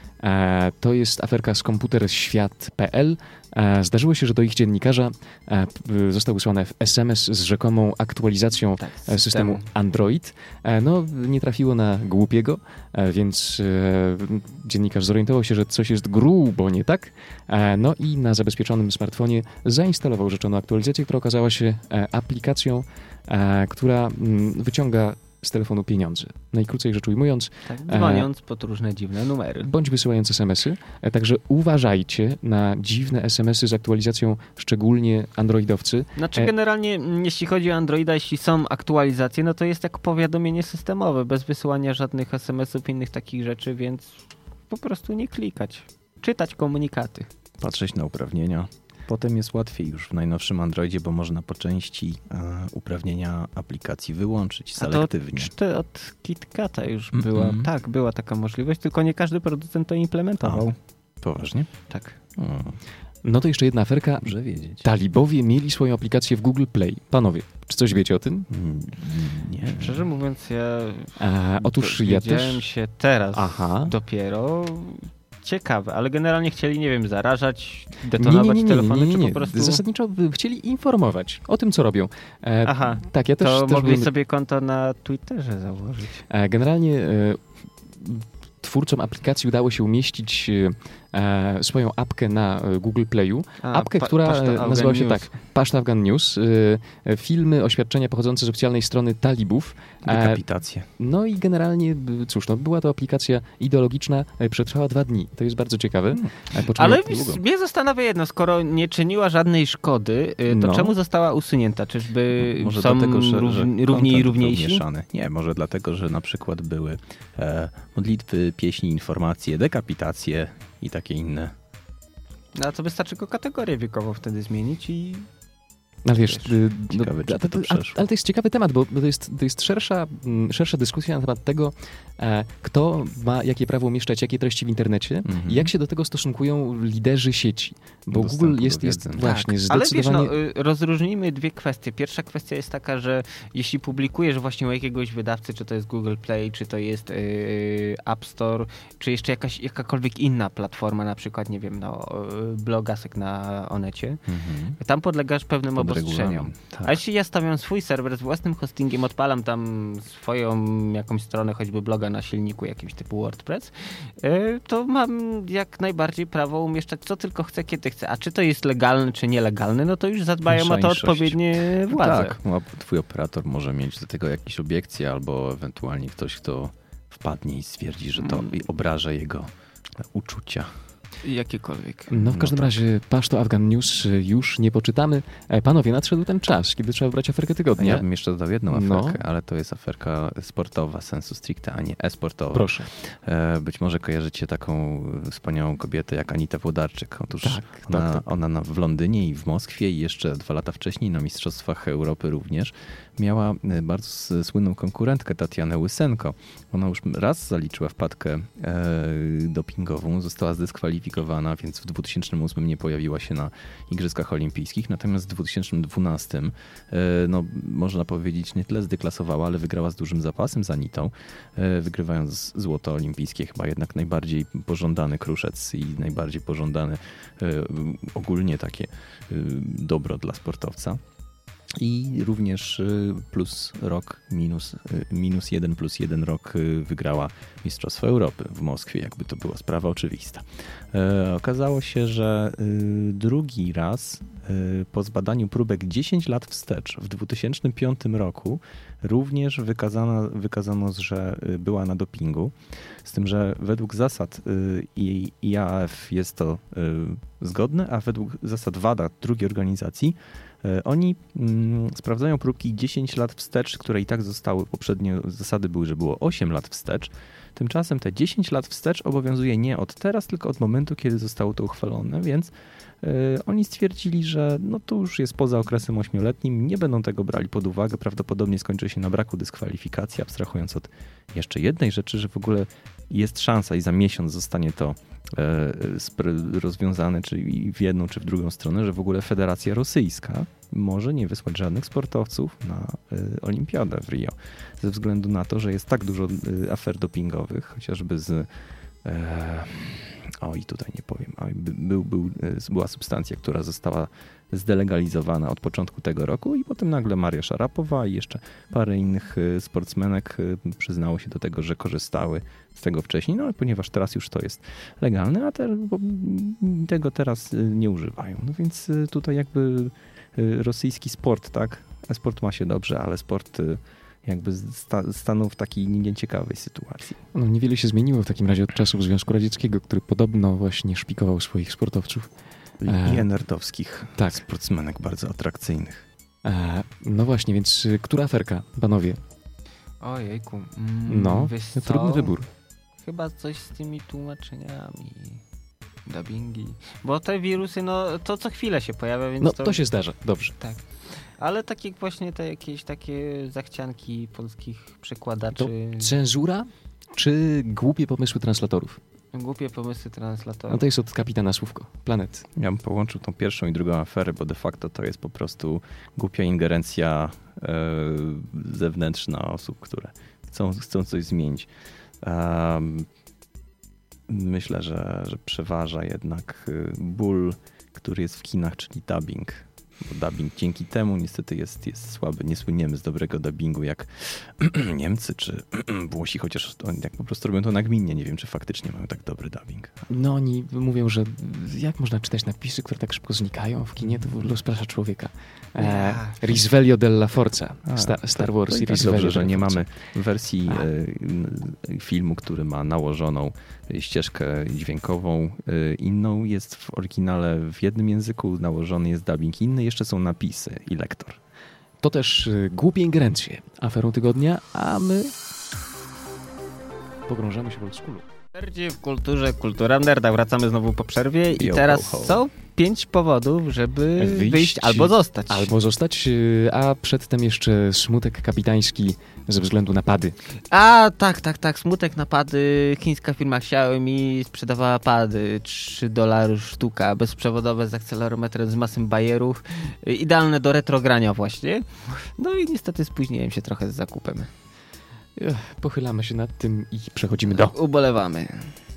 To jest aferka z komputerświat.pl. Zdarzyło się, że do ich dziennikarza został wysłany SMS z rzekomą aktualizacją systemu Android. No, nie trafiło na głupiego, więc dziennikarz zorientował się, że coś jest grubo nie tak. No i na zabezpieczonym smartfonie zainstalował rzeczoną aktualizację, która okazała się aplikacją, która wyciąga z telefonu pieniądze. Najkrócej rzecz ujmując. Tak, dzwoniąc pod różne dziwne numery. Bądź wysyłając SMS-y. Także uważajcie na dziwne SMS-y z aktualizacją, szczególnie androidowcy. Znaczy generalnie, jeśli chodzi o Androida, jeśli są aktualizacje, no to jest jak powiadomienie systemowe, bez wysyłania żadnych SMS-ów, innych takich rzeczy, więc po prostu nie klikać. Czytać komunikaty. Patrzeć na uprawnienia. Potem jest łatwiej już w najnowszym Androidzie, bo można po części uprawnienia aplikacji wyłączyć selektywnie. A to od KitKata już była. Tak, była taka możliwość, tylko nie każdy producent to implementował. Poważnie? Tak. No to jeszcze jedna aferka. Dobrze wiedzieć. Talibowie mieli swoją aplikację w Google Play. Panowie, czy coś wiecie o tym? Nie. Szczerze mówiąc, ja otóż ja dowiedziałem też się teraz dopiero. Ciekawe, ale generalnie chcieli, nie wiem, zarażać, detonować telefony, czy po prostu... Zasadniczo chcieli informować o tym, co robią. Tak, ja też... To mogli sobie konto na Twitterze założyć. Generalnie twórcom aplikacji udało się umieścić swoją apkę na Google Playu. Apkę, która nazywała się Pashto Afghan News. Filmy, oświadczenia pochodzące z oficjalnej strony talibów. Dekapitacje. No i generalnie, cóż, była to aplikacja ideologiczna, przetrwała 2 dni. To jest bardzo ciekawe. Ale mnie zastanawia jedno, skoro nie czyniła żadnej szkody, to czemu została usunięta? Czyżby może są dlatego, że równi i równiejsi? Mieszane. Nie, może dlatego, że na przykład były modlitwy, pieśni, informacje, dekapitacje i takie inne. No to wystarczy go kategorię wiekową wtedy zmienić i... Ale wiesz, ciekawe, czy to przeszło. Ale to jest ciekawy temat, bo to jest szersza dyskusja na temat tego, kto ma jakie prawo umieszczać jakie treści w internecie i jak się do tego stosunkują liderzy sieci. Bo Google jest właśnie zdecydowanie... Ale wiesz, rozróżnijmy 2 kwestie. Pierwsza kwestia jest taka, że jeśli publikujesz właśnie u jakiegoś wydawcy, czy to jest Google Play, czy to jest App Store, czy jeszcze jakakolwiek inna platforma, na przykład, nie wiem, blogasek na Onecie, tam podlegasz pewnym obostrzeniom. Tak. A jeśli ja stawiam swój serwer z własnym hostingiem, odpalam tam swoją jakąś stronę, choćby bloga na silniku jakimś typu WordPress, to mam jak najbardziej prawo umieszczać co tylko chcę, kiedy chcę. A czy to jest legalne, czy nielegalne, no to już zadbają o to odpowiednie władze. Tak, twój operator może mieć do tego jakieś obiekcje, albo ewentualnie ktoś, kto wpadnie i stwierdzi, że to obraża jego uczucia. Jakiekolwiek. No w każdym razie Pashto Afghan News już nie poczytamy. Panowie, nadszedł ten czas, kiedy trzeba wybrać aferkę tygodnia. Ja bym jeszcze dodał jedną aferkę, ale to jest aferka sportowa, sensu stricte, a nie e-sportowa. Proszę. Być może kojarzycie taką wspaniałą kobietę jak Anita Włodarczyk. Otóż ona w Londynie i w Moskwie i jeszcze 2 lata wcześniej na Mistrzostwach Europy również miała bardzo słynną konkurentkę Tatianę Łysenko. Ona już raz zaliczyła wpadkę dopingową, została zdyskwalifikowana, więc w 2008 nie pojawiła się na Igrzyskach Olimpijskich. Natomiast w 2012 można powiedzieć nie tyle zdeklasowała, ale wygrała z dużym zapasem z Anitą, wygrywając złoto olimpijskie, chyba jednak najbardziej pożądany kruszec i najbardziej pożądany ogólnie takie dobro dla sportowca. I również plus rok, minus 1 plus 1 rok wygrała Mistrzostwo Europy w Moskwie, jakby to była sprawa oczywista. Okazało się, że drugi raz po zbadaniu próbek 10 lat wstecz w 2005 roku również wykazano, że była na dopingu. Z tym, że według zasad IAAF jest to zgodne, a według zasad WADA, drugiej organizacji, oni sprawdzają próbki 10 lat wstecz, które i tak zostały, poprzednie zasady były, że było 8 lat wstecz. Tymczasem te 10 lat wstecz obowiązuje nie od teraz, tylko od momentu, kiedy zostało to uchwalone, więc oni stwierdzili, że no to już jest poza okresem 8-letnim, nie będą tego brali pod uwagę, prawdopodobnie skończy się na braku dyskwalifikacji, abstrahując od jeszcze jednej rzeczy, że w ogóle jest szansa i za miesiąc zostanie to rozwiązane, czyli w jedną czy w drugą stronę, że w ogóle Federacja Rosyjska może nie wysłać żadnych sportowców na olimpiadę w Rio. Ze względu na to, że jest tak dużo afer dopingowych, chociażby z i tutaj nie powiem, była substancja, która została zdelegalizowana od początku tego roku i potem nagle Maria Szarapowa i jeszcze parę innych sportsmenek przyznało się do tego, że korzystały z tego wcześniej, no ale ponieważ teraz już to jest legalne, a tego teraz nie używają. No więc tutaj jakby rosyjski sport, tak? Sport ma się dobrze, ale sport jakby stanął w takiej nieciekawej sytuacji. No, niewiele się zmieniło w takim razie od czasów Związku Radzieckiego, który podobno właśnie szpikował swoich sportowców. I nerdowskich sportsmenek bardzo atrakcyjnych. No właśnie, więc która aferka, panowie? Ojejku. Trudny wybór. Chyba coś z tymi tłumaczeniami. Dubbingi. Bo te wirusy, no to co chwilę się pojawia, więc to się zdarza, dobrze. Tak. Ale takie właśnie te jakieś takie zachcianki polskich przekładaczy. To cenzura czy głupie pomysły translatorów? Głupie pomysły translatorów. No to jest od kapitana Słówko, Planet. Ja bym połączył tą pierwszą i drugą aferę, bo de facto to jest po prostu głupia ingerencja zewnętrzna osób, które chcą coś zmienić. Myślę, że przeważa jednak ból, który jest w kinach, czyli dubbing. Bo dubbing dzięki temu niestety jest słaby. Nie słyniemy z dobrego dubbingu jak Niemcy czy Włosi, chociaż oni tak po prostu robią to nagminnie. Nie wiem, czy faktycznie mają tak dobry dubbing. No oni mówią, że jak można czytać napisy, które tak szybko znikają w kinie, to w ogóle rozprasza człowieka. Risveglio della Forza, Star Wars i Risveglio. Dobrze, że nie mamy wersji filmu, który ma nałożoną ścieżkę dźwiękową. Inną jest w oryginale w jednym języku, nałożony jest dubbing inny, jeszcze są napisy i lektor. To też głupie ingerencje aferą tygodnia, a my pogrążamy się w oldschoolu. W kulturze, kultura nerda. Wracamy znowu po przerwie i teraz są 5 powodów, żeby wyjść albo zostać. A przedtem jeszcze smutek kapitański ze względu na pady. Tak, smutek na pady. Chińska firma Xiaomi sprzedawała pady, $3 sztuka, bezprzewodowe z akcelerometrem z masą bajerów, idealne do retrogrania właśnie. No i niestety spóźniłem się trochę z zakupem. Pochylamy się nad tym i przechodzimy do... Ubolewamy.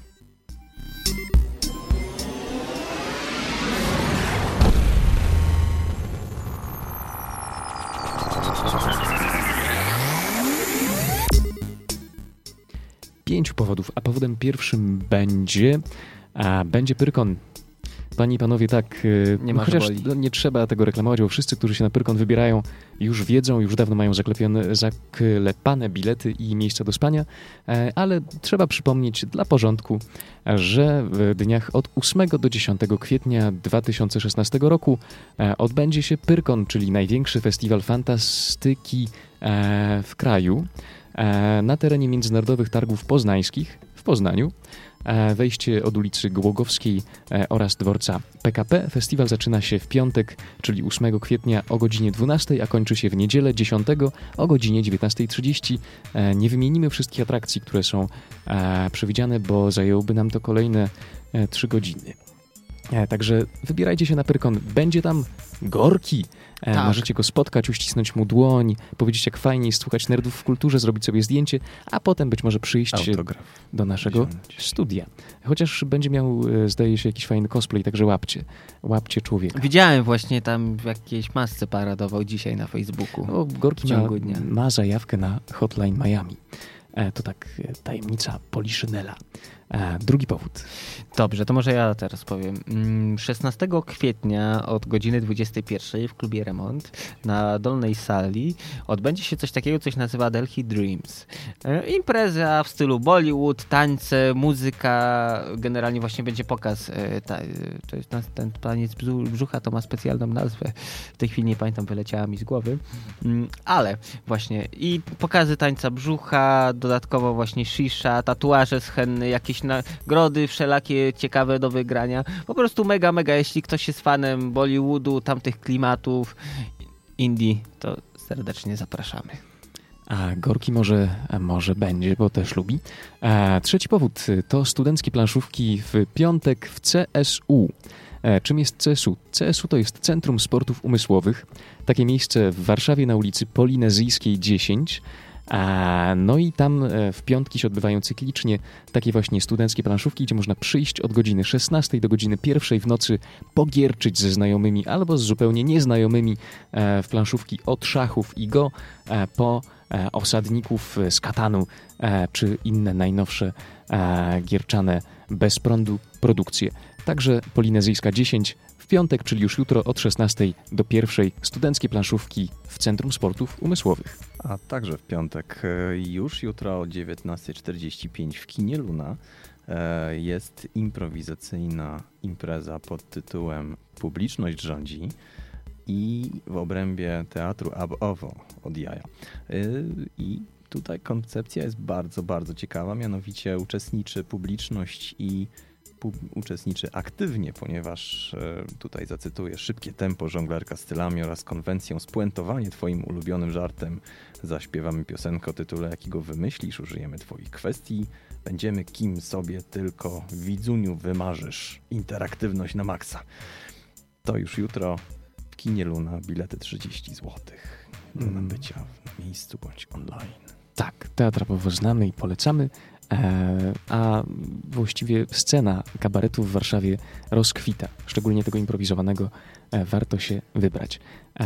Pięciu powodów, a powodem pierwszym będzie Pyrkon. Panie i panowie, tak, chociaż nie trzeba tego reklamować, bo wszyscy, którzy się na Pyrkon wybierają, już wiedzą, już dawno mają zaklepane bilety i miejsca do spania, ale trzeba przypomnieć dla porządku, że w dniach od 8 do 10 kwietnia 2016 roku odbędzie się Pyrkon, czyli największy festiwal fantastyki w kraju, na terenie Międzynarodowych Targów Poznańskich w Poznaniu. Wejście od ulicy Głogowskiej oraz dworca PKP. Festiwal zaczyna się w piątek, czyli 8 kwietnia o godzinie 12, a kończy się w niedzielę 10 o godzinie 19:30. Nie wymienimy wszystkich atrakcji, które są przewidziane, bo zajęłoby nam to kolejne 3 godziny. Także wybierajcie się na Pyrkon. Będzie tam Gorki. Tak. Możecie go spotkać, uścisnąć mu dłoń, powiedzieć, jak fajnie jest słuchać nerdów w kulturze, zrobić sobie zdjęcie, a potem być może przyjść Autograf. do naszego studia. Chociaż będzie miał, zdaje się, jakiś fajny cosplay, także łapcie człowieka. Widziałem właśnie tam w jakiejś masce paradował dzisiaj na Facebooku. No, Gorki ma zajawkę na Hotline Miami. To tak tajemnica Poliszynela. Drugi powód. Dobrze, to może ja teraz powiem. 16 kwietnia od godziny 21 w klubie Remont na dolnej sali odbędzie się coś takiego, co się nazywa Delhi Dreams. Impreza w stylu Bollywood, tańce, muzyka, generalnie właśnie będzie pokaz. To jest ten taniec brzucha, to ma specjalną nazwę. W tej chwili nie pamiętam, wyleciała mi z głowy. Ale właśnie i pokazy tańca brzucha, dodatkowo właśnie shisha, tatuaże z henny, jakieś nagrody wszelakie ciekawe do wygrania. Po prostu mega, jeśli ktoś jest fanem Bollywoodu, tamtych klimatów, indie, to serdecznie zapraszamy. A Gorki może będzie, bo też lubi. Trzeci powód to studenckie planszówki w piątek w CSU. Czym jest CSU? CSU to jest Centrum Sportów Umysłowych. Takie miejsce w Warszawie na ulicy Polinezyjskiej 10. No i tam w piątki się odbywają cyklicznie takie właśnie studenckie planszówki, gdzie można przyjść od godziny 16 do godziny 1 w nocy, pogierczyć ze znajomymi albo z zupełnie nieznajomymi w planszówki od szachów i go po osadników z Katanu czy inne najnowsze gierczane bez prądu produkcje. Także Polinezyjska 10 w piątek, czyli już jutro od 16 do 1 studenckie planszówki w Centrum Sportów Umysłowych. A także w piątek, już jutro o 19:45 w kinie Luna jest improwizacyjna impreza pod tytułem Publiczność rządzi i w obrębie teatru Abowo od Jaja. I tutaj koncepcja jest bardzo, bardzo ciekawa, mianowicie uczestniczy publiczność i uczestniczy aktywnie, ponieważ tutaj zacytuję: szybkie tempo, żonglerka stylami oraz konwencją, spuentowanie twoim ulubionym żartem, zaśpiewamy piosenkę o tytule, jakiego wymyślisz, użyjemy twoich kwestii, będziemy kim sobie tylko widzuniu wymarzysz, interaktywność na maksa. To już jutro w kinie Luna, bilety 30 zł do nabycia w miejscu bądź online. Tak, teatr Abowo znamy i polecamy. A właściwie scena kabaretu w Warszawie rozkwita, szczególnie tego improwizowanego, warto się wybrać.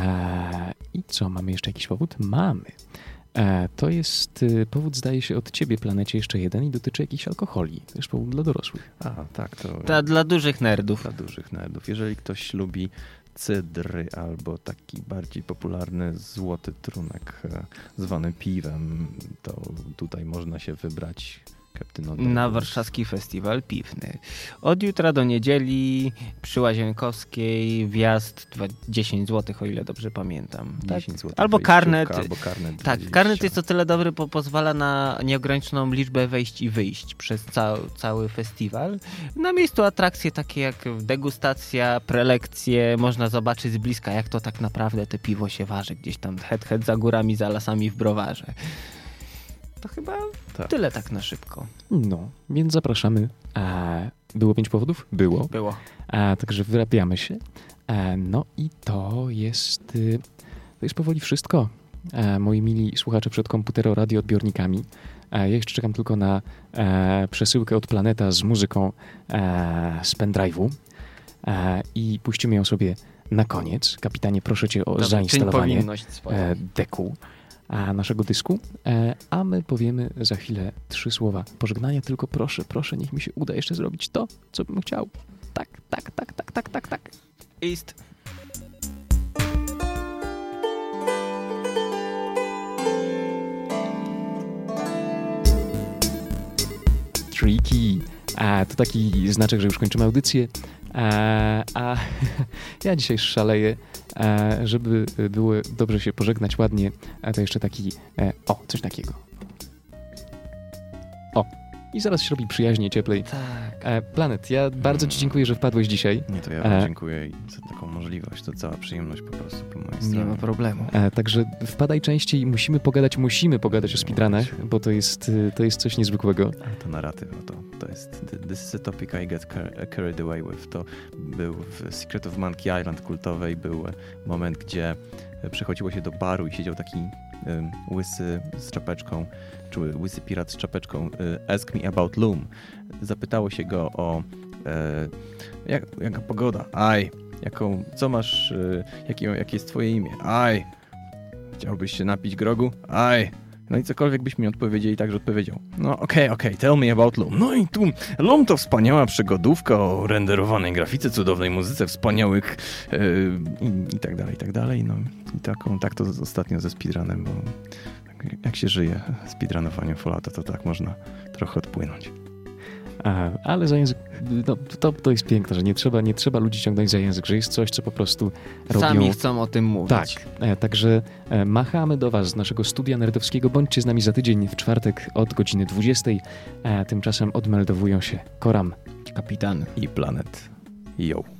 I co, mamy jeszcze jakiś powód? Mamy. To jest powód, zdaje się, od ciebie, Planecie, jeszcze jeden i dotyczy jakichś alkoholi. To jest powód dla dorosłych. Tak, to dla dużych nerdów. Dla dużych nerdów. Jeżeli ktoś lubi cydry albo taki bardziej popularny złoty trunek zwany piwem, to tutaj można się wybrać na warszawski festiwal piwny. Od jutra do niedzieli przy Łazienkowskiej wjazd 10 zł, o ile dobrze pamiętam. 10 zł. Albo karnet. Albo karnet 20. Tak, karnet jest o tyle dobry, bo pozwala na nieograniczoną liczbę wejść i wyjść przez cały festiwal. Na miejscu atrakcje takie jak degustacja, prelekcje, można zobaczyć z bliska, jak to tak naprawdę te piwo się waży gdzieś tam head za górami, za lasami w browarze. To chyba tyle tak na szybko. No, więc zapraszamy. Było 5 powodów? Było. Także wyrabiamy się. No i to jest powoli wszystko. Moi mili słuchacze przed komputero-radioodbiornikami. Ja jeszcze czekam tylko na przesyłkę od Planeta z muzyką z pendrive'u i puścimy ją sobie na koniec. Kapitanie, proszę cię o zainstalowanie deku naszego dysku, a my powiemy za chwilę 3 słowa pożegnania, tylko proszę, niech mi się uda jeszcze zrobić to, co bym chciał. Tak. Ist. Tricky. To taki znaczek, że już kończymy audycję. A ja dzisiaj szaleję, żeby było dobrze się pożegnać ładnie, a to jeszcze taki, coś takiego. i zaraz się robi przyjaźnie, cieplej. Tak. Planet, ja bardzo ci dziękuję, że wpadłeś dzisiaj. Nie, to ja wam dziękuję za taką możliwość. To cała przyjemność po prostu po mojej stronie. Nie ma problemu. Także wpadaj częściej, musimy pogadać o speedrunach, bo to jest coś niezwykłego. To narratyw, to jest this is a topic I get carried away with. To był w Secret of Monkey Island kultowej, był moment, gdzie przychodziło się do baru i siedział taki łysy z czapeczką, czy łysy pirat z czapeczką, ask me about Loom. Zapytało się go o jaka pogoda? Co masz, jakie jest twoje imię? Chciałbyś się napić grogu? No i cokolwiek byśmy mi odpowiedzieli, tak, że odpowiedział. No okej, tell me about Loom. No i tu Loom to wspaniała przygodówka o renderowanej grafice, cudownej muzyce, wspaniałych i tak dalej. No i tak to ostatnio ze speedrunem, bo jak się żyje speedrunowaniem Fallouta, to tak można trochę odpłynąć. Ale za język, to jest piękne, że nie trzeba ludzi ciągnąć za język, że jest coś, co po prostu robią. Sami chcą o tym mówić. Tak, także machamy do was z naszego studia nerdowskiego. Bądźcie z nami za tydzień w czwartek od godziny 20. Tymczasem odmeldowują się Koram, Kapitan i Planet. Yo.